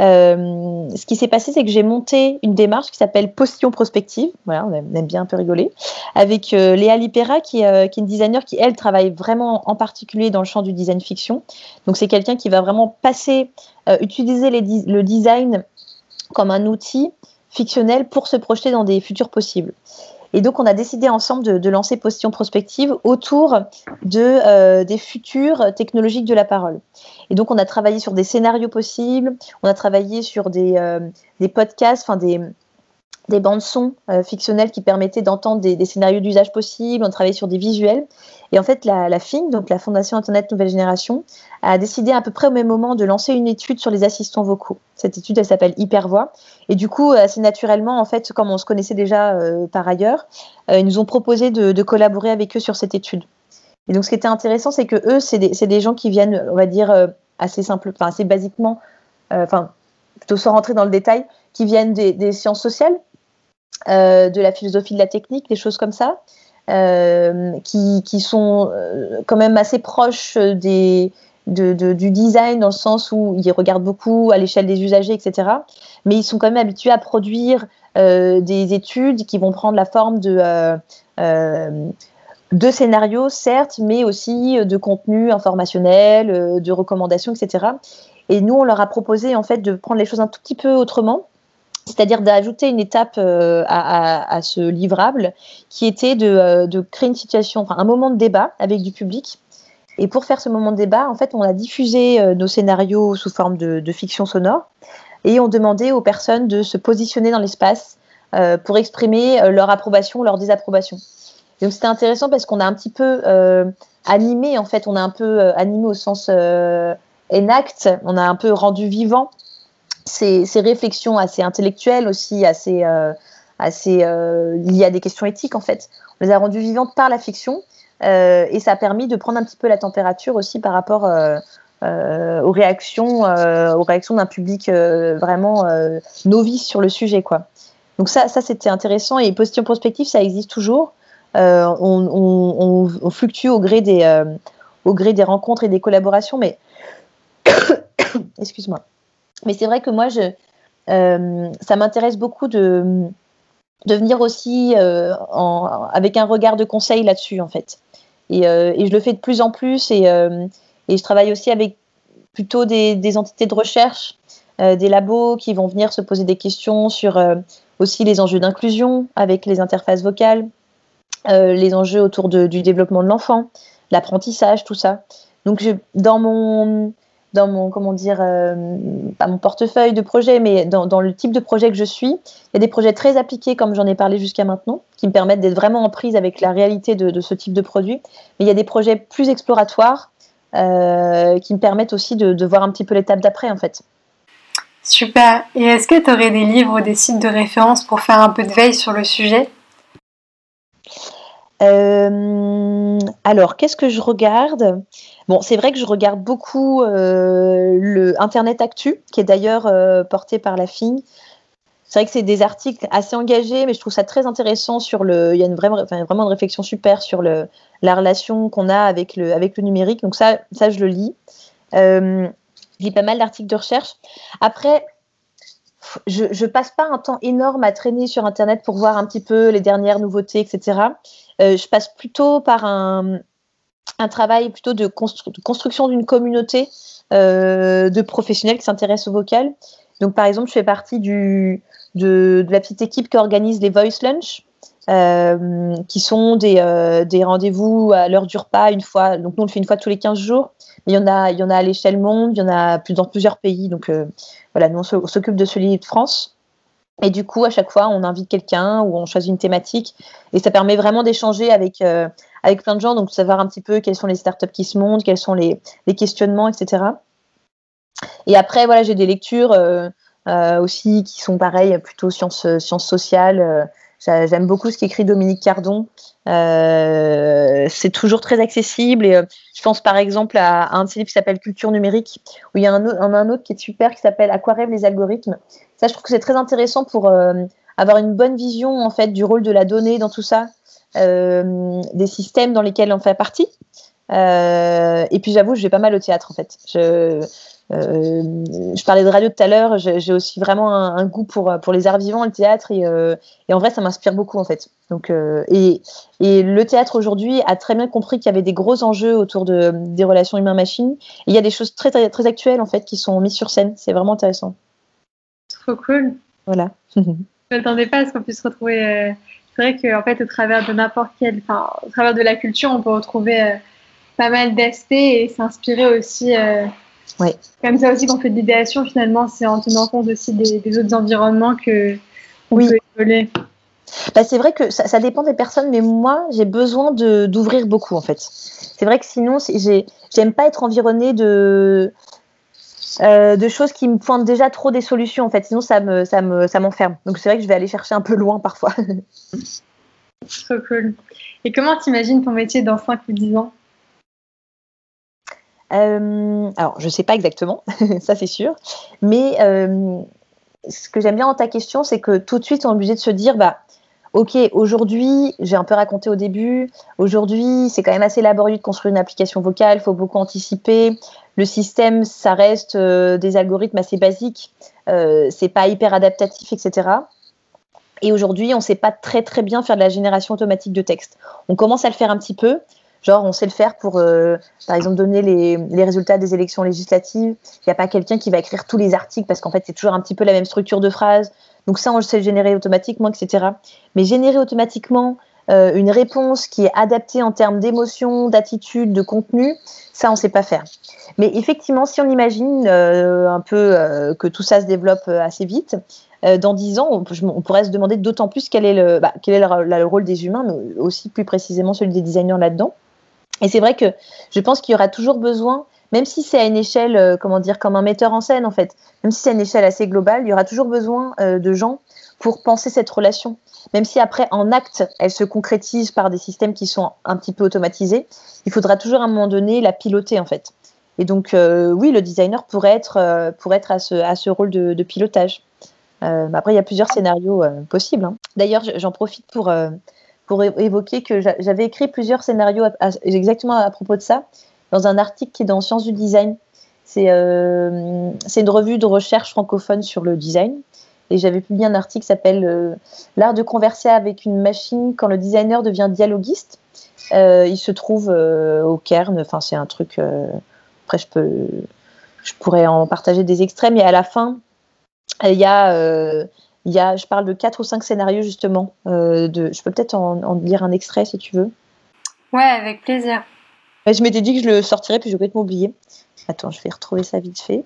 Euh, ce qui s'est passé, c'est que j'ai monté une démarche qui s'appelle Postillon Prospective. Voilà, on aime bien un peu rigoler. Avec euh, Léa Lipera, qui, euh, qui est une designer qui, elle, travaille vraiment en particulier dans le champ du design fiction. Donc, c'est quelqu'un qui va vraiment passer, euh, utiliser les, le design comme un outil fictionnel pour se projeter dans des futurs possibles. Et donc, on a décidé ensemble de, de lancer Postillon Prospective autour de, euh, des futurs technologiques de la parole. Et donc, on a travaillé sur des scénarios possibles, on a travaillé sur des, euh, des podcasts, enfin des, des bandes-sons euh, fictionnelles qui permettaient d'entendre des, des scénarios d'usage possibles, on a travaillé sur des visuels. Et en fait, la, la F I N, donc la Fondation Internet Nouvelle Génération, a décidé à peu près au même moment de lancer une étude sur les assistants vocaux. Cette étude, elle s'appelle Hypervoix. Et du coup, assez naturellement, en fait, comme on se connaissait déjà euh, par ailleurs, euh, ils nous ont proposé de, de collaborer avec eux sur cette étude. Et donc, ce qui était intéressant, c'est que eux, c'est des, c'est des gens qui viennent, on va dire, euh, assez simple, enfin assez basiquement, enfin euh, plutôt sans rentrer dans le détail, qui viennent des, des sciences sociales, euh, de la philosophie, de la technique, des choses comme ça, euh, qui, qui sont euh, quand même assez proches des, de, de, du design, dans le sens où ils regardent beaucoup à l'échelle des usagers, et cetera. Mais ils sont quand même habitués à produire euh, des études qui vont prendre la forme de... Euh, euh, de scénarios, certes, mais aussi de contenu informationnel, de recommandations, et cetera. Et nous, on leur a proposé en fait de prendre les choses un tout petit peu autrement, c'est-à-dire d'ajouter une étape euh, à, à, à ce livrable, qui était de, euh, de créer une situation, enfin un moment de débat avec du public. Et pour faire ce moment de débat, en fait, on a diffusé euh, nos scénarios sous forme de, de fiction sonore, et on demandait aux personnes de se positionner dans l'espace euh, pour exprimer euh, leur approbation ou leur désapprobation. Donc c'était intéressant parce qu'on a un petit peu euh, animé, en fait, on a un peu euh, animé au sens euh, enact, on a un peu rendu vivant ces, ces réflexions assez intellectuelles aussi, assez, euh, assez euh, liées à des questions éthiques en fait. On les a rendues vivantes par la fiction euh, et ça a permis de prendre un petit peu la température aussi par rapport euh, euh, aux réactions, euh, aux réactions d'un public euh, vraiment euh, novice sur le sujet, quoi. Donc ça, ça c'était intéressant, et Postillon Prospective, ça existe toujours. Euh, on, on, on, on fluctue au gré des, euh, au gré des rencontres et des collaborations, mais excuse-moi. Mais c'est vrai que moi, je, euh, ça m'intéresse beaucoup de, de venir aussi euh, en, avec un regard de conseil là-dessus, en fait. Et, euh, et je le fais de plus en plus. Et, euh, et je travaille aussi avec plutôt des, des entités de recherche, euh, des labos qui vont venir se poser des questions sur euh, aussi les enjeux d'inclusion avec les interfaces vocales, euh, les enjeux autour de, du développement de l'enfant, l'apprentissage, tout ça. Donc, je, dans mon, dans mon, comment dire, euh, pas mon portefeuille de projet, mais dans, dans le type de projet que je suis, il y a des projets très appliqués, comme j'en ai parlé jusqu'à maintenant, qui me permettent d'être vraiment en prise avec la réalité de, de ce type de produit. Mais il y a des projets plus exploratoires euh, qui me permettent aussi de, de voir un petit peu l'étape d'après, en fait. Super. Et est-ce que tu aurais des livres ou des sites de référence pour faire un peu de veille sur le sujet ? Euh, alors, qu'est-ce que je regarde ? Bon, c'est vrai que je regarde beaucoup euh, le Internet Actu, qui est d'ailleurs euh, porté par la F I N. C'est vrai que c'est des articles assez engagés, mais je trouve ça très intéressant sur le. Il y a une vraie, enfin, vraiment une réflexion super sur le, la relation qu'on a avec le, avec le numérique. Donc ça, ça je le lis. Euh, je lis pas mal d'articles de recherche. Après, je, je passe pas un temps énorme à traîner sur Internet pour voir un petit peu les dernières nouveautés, et cetera. Euh, je passe plutôt par un, un travail plutôt de, constru- de construction d'une communauté euh, de professionnels qui s'intéressent au vocal. Donc, par exemple, je fais partie du, de, de la petite équipe qui organise les Voice Lunch, euh, qui sont des, euh, des rendez-vous à l'heure du repas une fois. Donc, nous, on le fait une fois tous les quinze jours. Mais il y en a, il y en a à l'échelle monde, il y en a plus, dans plusieurs pays. Donc, euh, voilà, nous, on s'occupe de celui de France. Et du coup, à chaque fois, on invite quelqu'un ou on choisit une thématique. Et ça permet vraiment d'échanger avec, euh, avec plein de gens, donc de savoir un petit peu quelles sont les startups qui se montent, quels sont les, les questionnements, et cetera. Et après, voilà, j'ai des lectures euh, euh, aussi qui sont pareilles, plutôt sciences, sciences sociales. Euh, j'aime beaucoup ce qu'écrit Dominique Cardon. Euh, c'est toujours très accessible. Et euh, je pense par exemple à, à un de ses livres qui s'appelle Culture numérique, où il y a un autre, un, un autre qui est super, qui s'appelle À quoi rêvent les algorithmes. Ça, je trouve que c'est très intéressant pour euh, avoir une bonne vision en fait du rôle de la donnée dans tout ça, euh, des systèmes dans lesquels on fait partie. Euh, et puis j'avoue, je vais pas mal au théâtre en fait. Je, euh, je parlais de radio tout à l'heure, j'ai, j'ai aussi vraiment un, un goût pour, pour les arts vivants, le théâtre, et, euh, et en vrai, ça m'inspire beaucoup en fait. Donc, euh, et, et le théâtre aujourd'hui a très bien compris qu'il y avait des gros enjeux autour de, des relations humain-machine. Et il y a des choses très, très, très actuelles en fait qui sont mises sur scène. C'est vraiment intéressant. Trop cool. Voilà. Je ne m'attendais pas à ce qu'on puisse retrouver. Euh... C'est vrai qu'en fait, au travers de n'importe quel, enfin, au travers de la culture, on peut retrouver euh, pas mal d'aspects et s'inspirer aussi. Euh... Oui. Comme ça aussi qu'on fait de l'idéation, finalement, c'est en tenant compte aussi des, des autres environnements que qu'on oui. peut évoluer. Bah, c'est vrai que ça, ça dépend des personnes, mais moi, j'ai besoin de, d'ouvrir beaucoup, en fait. C'est vrai que sinon, j'ai, j'aime pas être environnée de, euh, de choses qui me pointent déjà trop des solutions, en fait. Sinon, ça, me, ça, me, ça m'enferme. Donc, c'est vrai que je vais aller chercher un peu loin, parfois. Trop cool. Et comment t'imagines ton métier dans cinq ou dix ans ? Euh, alors, je ne sais pas exactement, ça c'est sûr, mais euh, ce que j'aime bien dans ta question, c'est que tout de suite, on est obligé de se dire, bah, ok, aujourd'hui, j'ai un peu raconté au début, aujourd'hui, c'est quand même assez laborieux de construire une application vocale, il faut beaucoup anticiper, le système, ça reste euh, des algorithmes assez basiques, euh, c'est pas hyper adaptatif, et cetera. Et aujourd'hui, on ne sait pas très très bien faire de la génération automatique de texte. On commence à le faire un petit peu. Genre, on sait le faire pour, euh, par exemple, donner les, les résultats des élections législatives. Il n'y a pas quelqu'un qui va écrire tous les articles parce qu'en fait, c'est toujours un petit peu la même structure de phrase. Donc ça, on le sait générer automatiquement, et cetera. Mais générer automatiquement euh, une réponse qui est adaptée en termes d'émotion, d'attitude, de contenu, ça, on ne sait pas faire. Mais effectivement, si on imagine euh, un peu euh, que tout ça se développe assez vite, euh, dans dix ans, on, on pourrait se demander d'autant plus quel est, le, bah, quel est le, le rôle des humains, mais aussi plus précisément celui des designers là-dedans. Et c'est vrai que je pense qu'il y aura toujours besoin, même si c'est à une échelle, euh, comment dire, comme un metteur en scène en fait, même si c'est à une échelle assez globale, il y aura toujours besoin euh, de gens pour penser cette relation. Même si après, en acte, elle se concrétise par des systèmes qui sont un petit peu automatisés, il faudra toujours à un moment donné la piloter en fait. Et donc, euh, oui, le designer pourrait être, euh, pourrait être à, ce, à ce rôle de, de pilotage. Euh, après, il y a plusieurs scénarios euh, possibles. Hein. D'ailleurs, j'en profite pour... Euh, pour évoquer que j'avais écrit plusieurs scénarios à, à, exactement à propos de ça, dans un article qui est dans Sciences du Design. C'est, euh, c'est une revue de recherche francophone sur le design. Et j'avais publié un article qui s'appelle euh, L'art de converser avec une machine quand le designer devient dialoguiste. Euh, il se trouve euh, au Cairn. Enfin, c'est un truc. Euh, après, je peux, je pourrais en partager des extraits, mais à la fin, il y a, euh, il y a, je parle de quatre ou cinq scénarios justement. Euh, de, je peux peut-être en, en lire un extrait si tu veux. Ouais, avec plaisir. Je m'étais dit que je le sortirais, puis j'ai complètement oublié. Attends, je vais retrouver ça vite fait.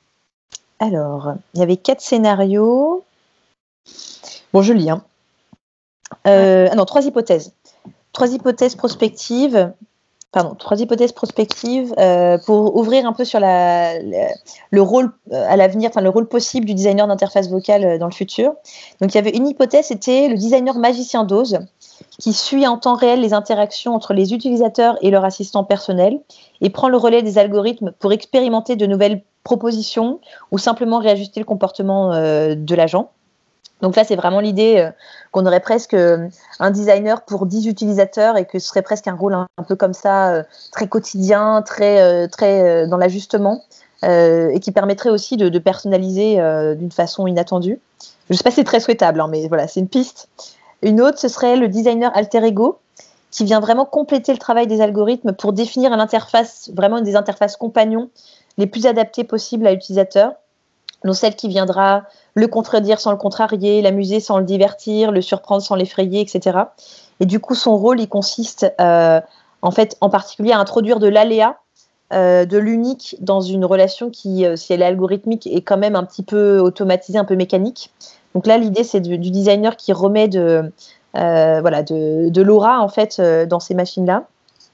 Alors, il y avait quatre scénarios. Bon, je lis. Hein. Euh, ah non, trois hypothèses. Trois hypothèses prospectives. Pardon, trois hypothèses prospectives euh, pour ouvrir un peu sur la, la, le rôle euh, à l'avenir, enfin le rôle possible du designer d'interface vocale euh, dans le futur. Donc, il y avait une hypothèse, c'était le designer magicien d'Oz, qui suit en temps réel les interactions entre les utilisateurs et leur assistant personnel et prend le relais des algorithmes pour expérimenter de nouvelles propositions ou simplement réajuster le comportement euh, de l'agent. Donc là, c'est vraiment l'idée euh, qu'on aurait presque euh, un designer pour dix utilisateurs et que ce serait presque un rôle un, un peu comme ça, euh, très quotidien, très, euh, très euh, dans l'ajustement euh, et qui permettrait aussi de, de personnaliser euh, d'une façon inattendue. Je ne sais pas si c'est très souhaitable, hein, mais voilà, c'est une piste. Une autre, ce serait le designer alter ego, qui vient vraiment compléter le travail des algorithmes pour définir l'interface, vraiment des interfaces compagnons les plus adaptées possibles à l'utilisateur. Donc celle qui viendra le contredire sans le contrarier, l'amuser sans le divertir, le surprendre sans l'effrayer, et cetera. Et du coup, son rôle, il consiste euh, en fait, en particulier à introduire de l'aléa, euh, de l'unique dans une relation qui, euh, si elle est algorithmique, est quand même un petit peu automatisée, un peu mécanique. Donc là, l'idée, c'est du, du designer qui remet de, euh, voilà, de, de l'aura en fait euh, dans ces machines-là.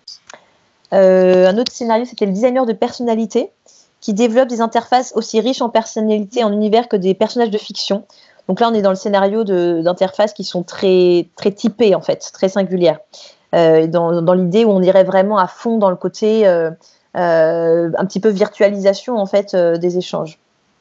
Euh, un autre scénario, c'était le designer de personnalité qui développe des interfaces aussi riches en personnalité, en univers que des personnages de fiction. Donc là, on est dans le scénario de, d'interfaces qui sont très, très typées, en fait, très singulières. Euh, dans, dans l'idée où on irait vraiment à fond dans le côté euh, euh, un petit peu virtualisation, en fait, euh, des échanges.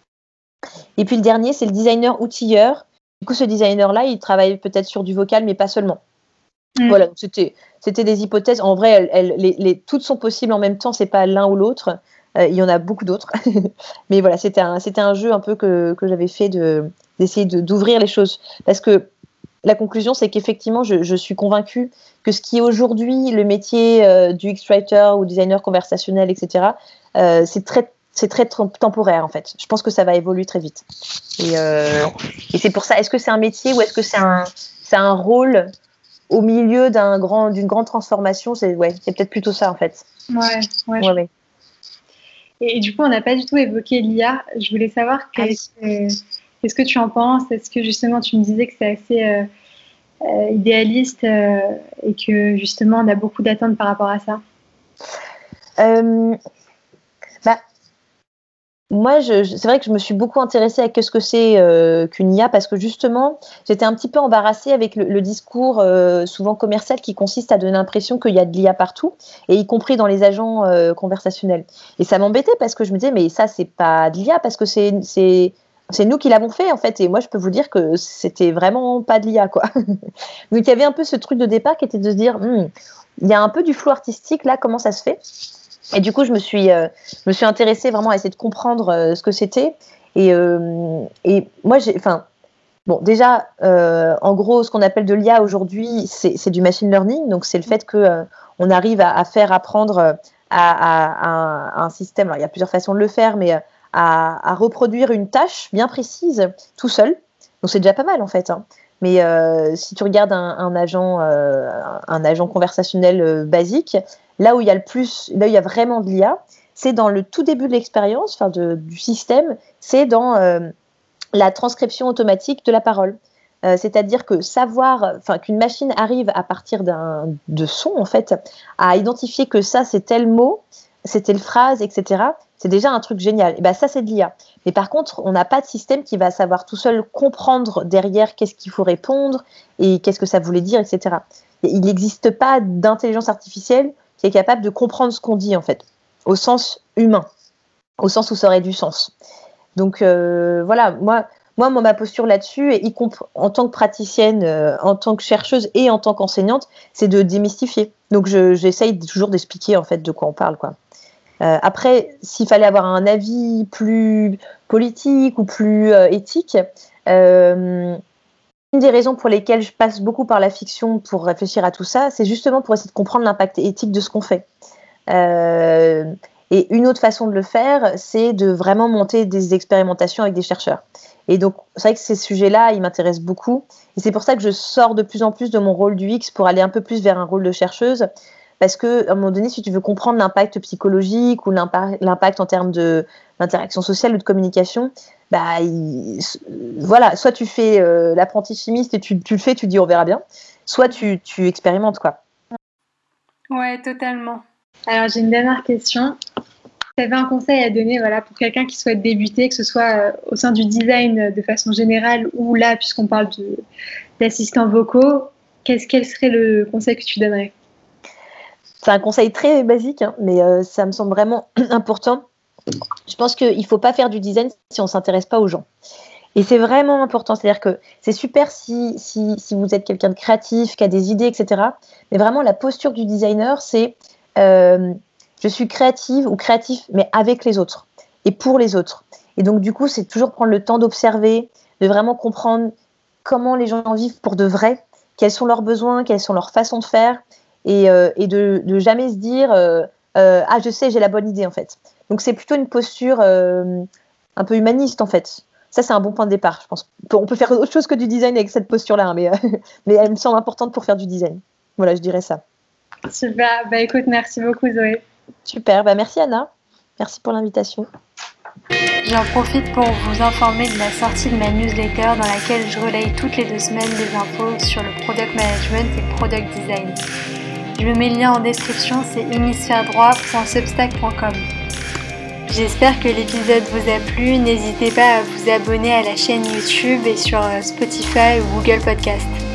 Et puis le dernier, c'est le designer outilleur. Du coup, ce designer-là, il travaille peut-être sur du vocal, mais pas seulement. Mmh. Voilà, donc c'était, c'était des hypothèses. En vrai, elles, elles, les, les, toutes sont possibles en même temps, c'est pas l'un ou l'autre. Euh, il y en a beaucoup d'autres. Mais voilà, c'était un, c'était un jeu un peu que, que j'avais fait de, d'essayer de, d'ouvrir les choses. Parce que la conclusion, c'est qu'effectivement, je, je suis convaincue que ce qui est aujourd'hui le métier euh, du U X-writer ou designer conversationnel, et cetera, euh, c'est très c'est très temporaire en fait. Je pense que ça va évoluer très vite. Et, euh, et c'est pour ça, est-ce que c'est un métier ou est-ce que c'est un, c'est un rôle au milieu d'un grand, d'une grande transformation? C'est, ouais, c'est peut-être plutôt ça en fait. Ouais, ouais. ouais, ouais. Et, et du coup, on n'a pas du tout évoqué l'I A. Je voulais savoir qu'est-ce que, qu'est-ce que tu en penses? Est-ce que justement tu me disais que c'est assez euh, euh, idéaliste euh, et que justement on a beaucoup d'attentes par rapport à ça? euh, bah, Moi, je, je, c'est vrai que je me suis beaucoup intéressée à qu'est-ce que c'est euh, qu'une I A parce que justement, j'étais un petit peu embarrassée avec le, le discours euh, souvent commercial qui consiste à donner l'impression qu'il y a de l'I A partout, et y compris dans les agents euh, conversationnels. Et ça m'embêtait parce que je me disais, mais ça, c'est pas de l'I A parce que c'est, c'est, c'est nous qui l'avons fait en fait. Et moi, je peux vous dire que c'était vraiment pas de l'I A, quoi. Donc, il y avait un peu ce truc de départ qui était de se dire, hm, il y a un peu du flou artistique là, comment ça se fait? Et du coup, je me suis, euh, je me suis intéressée vraiment à essayer de comprendre euh, ce que c'était. Et, euh, et moi, j'ai, enfin, bon, déjà, euh, en gros, ce qu'on appelle de l'I A aujourd'hui, c'est, c'est du machine learning. Donc, c'est le fait que euh, on arrive à, à faire apprendre à, à, à, un, à un système. Alors, il y a plusieurs façons de le faire, mais à, à reproduire une tâche bien précise tout seul. Donc, c'est déjà pas mal en fait. Hein. Mais euh, si tu regardes un, un agent, euh, un agent conversationnel euh, basique, là où il y a le plus, là où il y a vraiment de l'I A, c'est dans le tout début de l'expérience, enfin de, du système, c'est dans euh, la transcription automatique de la parole. Euh, c'est-à-dire que savoir, enfin qu'une machine arrive à partir d'un de son en fait, à identifier que ça c'est tel mot, c'est telle phrase, et cetera. C'est déjà un truc génial. Et ben ça c'est de l'I A. Mais par contre, on n'a pas de système qui va savoir tout seul comprendre derrière qu'est-ce qu'il faut répondre et qu'est-ce que ça voulait dire, et cetera. Il n'existe pas d'intelligence artificielle qui est capable de comprendre ce qu'on dit, en fait, au sens humain, au sens où ça aurait du sens. Donc, euh, voilà, moi, moi, ma posture là-dessus, et y comp- en tant que praticienne, euh, en tant que chercheuse et en tant qu'enseignante, c'est de démystifier. Donc, je, j'essaye toujours d'expliquer, en fait, de quoi on parle, quoi. Euh, après, s'il fallait avoir un avis plus politique ou plus euh, éthique, euh, une des raisons pour lesquelles je passe beaucoup par la fiction pour réfléchir à tout ça, c'est justement pour essayer de comprendre l'impact éthique de ce qu'on fait. Euh, et une autre façon de le faire, c'est de vraiment monter des expérimentations avec des chercheurs. Et donc, c'est vrai que ces sujets-là, ils m'intéressent beaucoup. Et c'est pour ça que je sors de plus en plus de mon rôle du X pour aller un peu plus vers un rôle de chercheuse. Parce qu'à un moment donné, si tu veux comprendre l'impact psychologique ou l'impact, l'impact en termes de, d'interaction sociale ou de communication, bah, il, voilà, soit tu fais euh, l'apprenti chimiste et tu, tu le fais, tu dis on verra bien, soit tu, tu expérimentes, quoi. Ouais, totalement. Alors, j'ai une dernière question. Tu avais un conseil à donner voilà, pour quelqu'un qui souhaite débuter, que ce soit euh, au sein du design de façon générale ou là, puisqu'on parle de, d'assistants vocaux, qu'est-ce, quel serait le conseil que tu donnerais ? C'est un conseil très basique, hein, mais euh, ça me semble vraiment important. Je pense qu'il ne faut pas faire du design si on ne s'intéresse pas aux gens. Et c'est vraiment important. C'est-à-dire que c'est super si, si, si vous êtes quelqu'un de créatif, qui a des idées, et cetera. Mais vraiment, la posture du designer, c'est euh, je suis créative ou créatif, mais avec les autres et pour les autres. Et donc, du coup, c'est toujours prendre le temps d'observer, de vraiment comprendre comment les gens vivent pour de vrai, quels sont leurs besoins, quelles sont leurs façons de faire, et, euh, et de, de jamais se dire euh, euh, ah, je sais, j'ai la bonne idée, en fait. Donc, c'est plutôt une posture euh, un peu humaniste, en fait. Ça, c'est un bon point de départ, je pense. On peut faire autre chose que du design avec cette posture-là, hein, mais, euh, mais elle me semble importante pour faire du design. Voilà, je dirais ça. Super. Bah, écoute, merci beaucoup, Zoé. Super. Bah, merci, Anna. Merci pour l'invitation. J'en profite pour vous informer de la sortie de ma newsletter dans laquelle je relaye toutes les deux semaines des infos sur le product management et product design. Je vous mets le lien en description, c'est hémisphère droit point substack point com. J'espère que l'épisode vous a plu. N'hésitez pas à vous abonner à la chaîne YouTube et sur Spotify ou Google Podcast.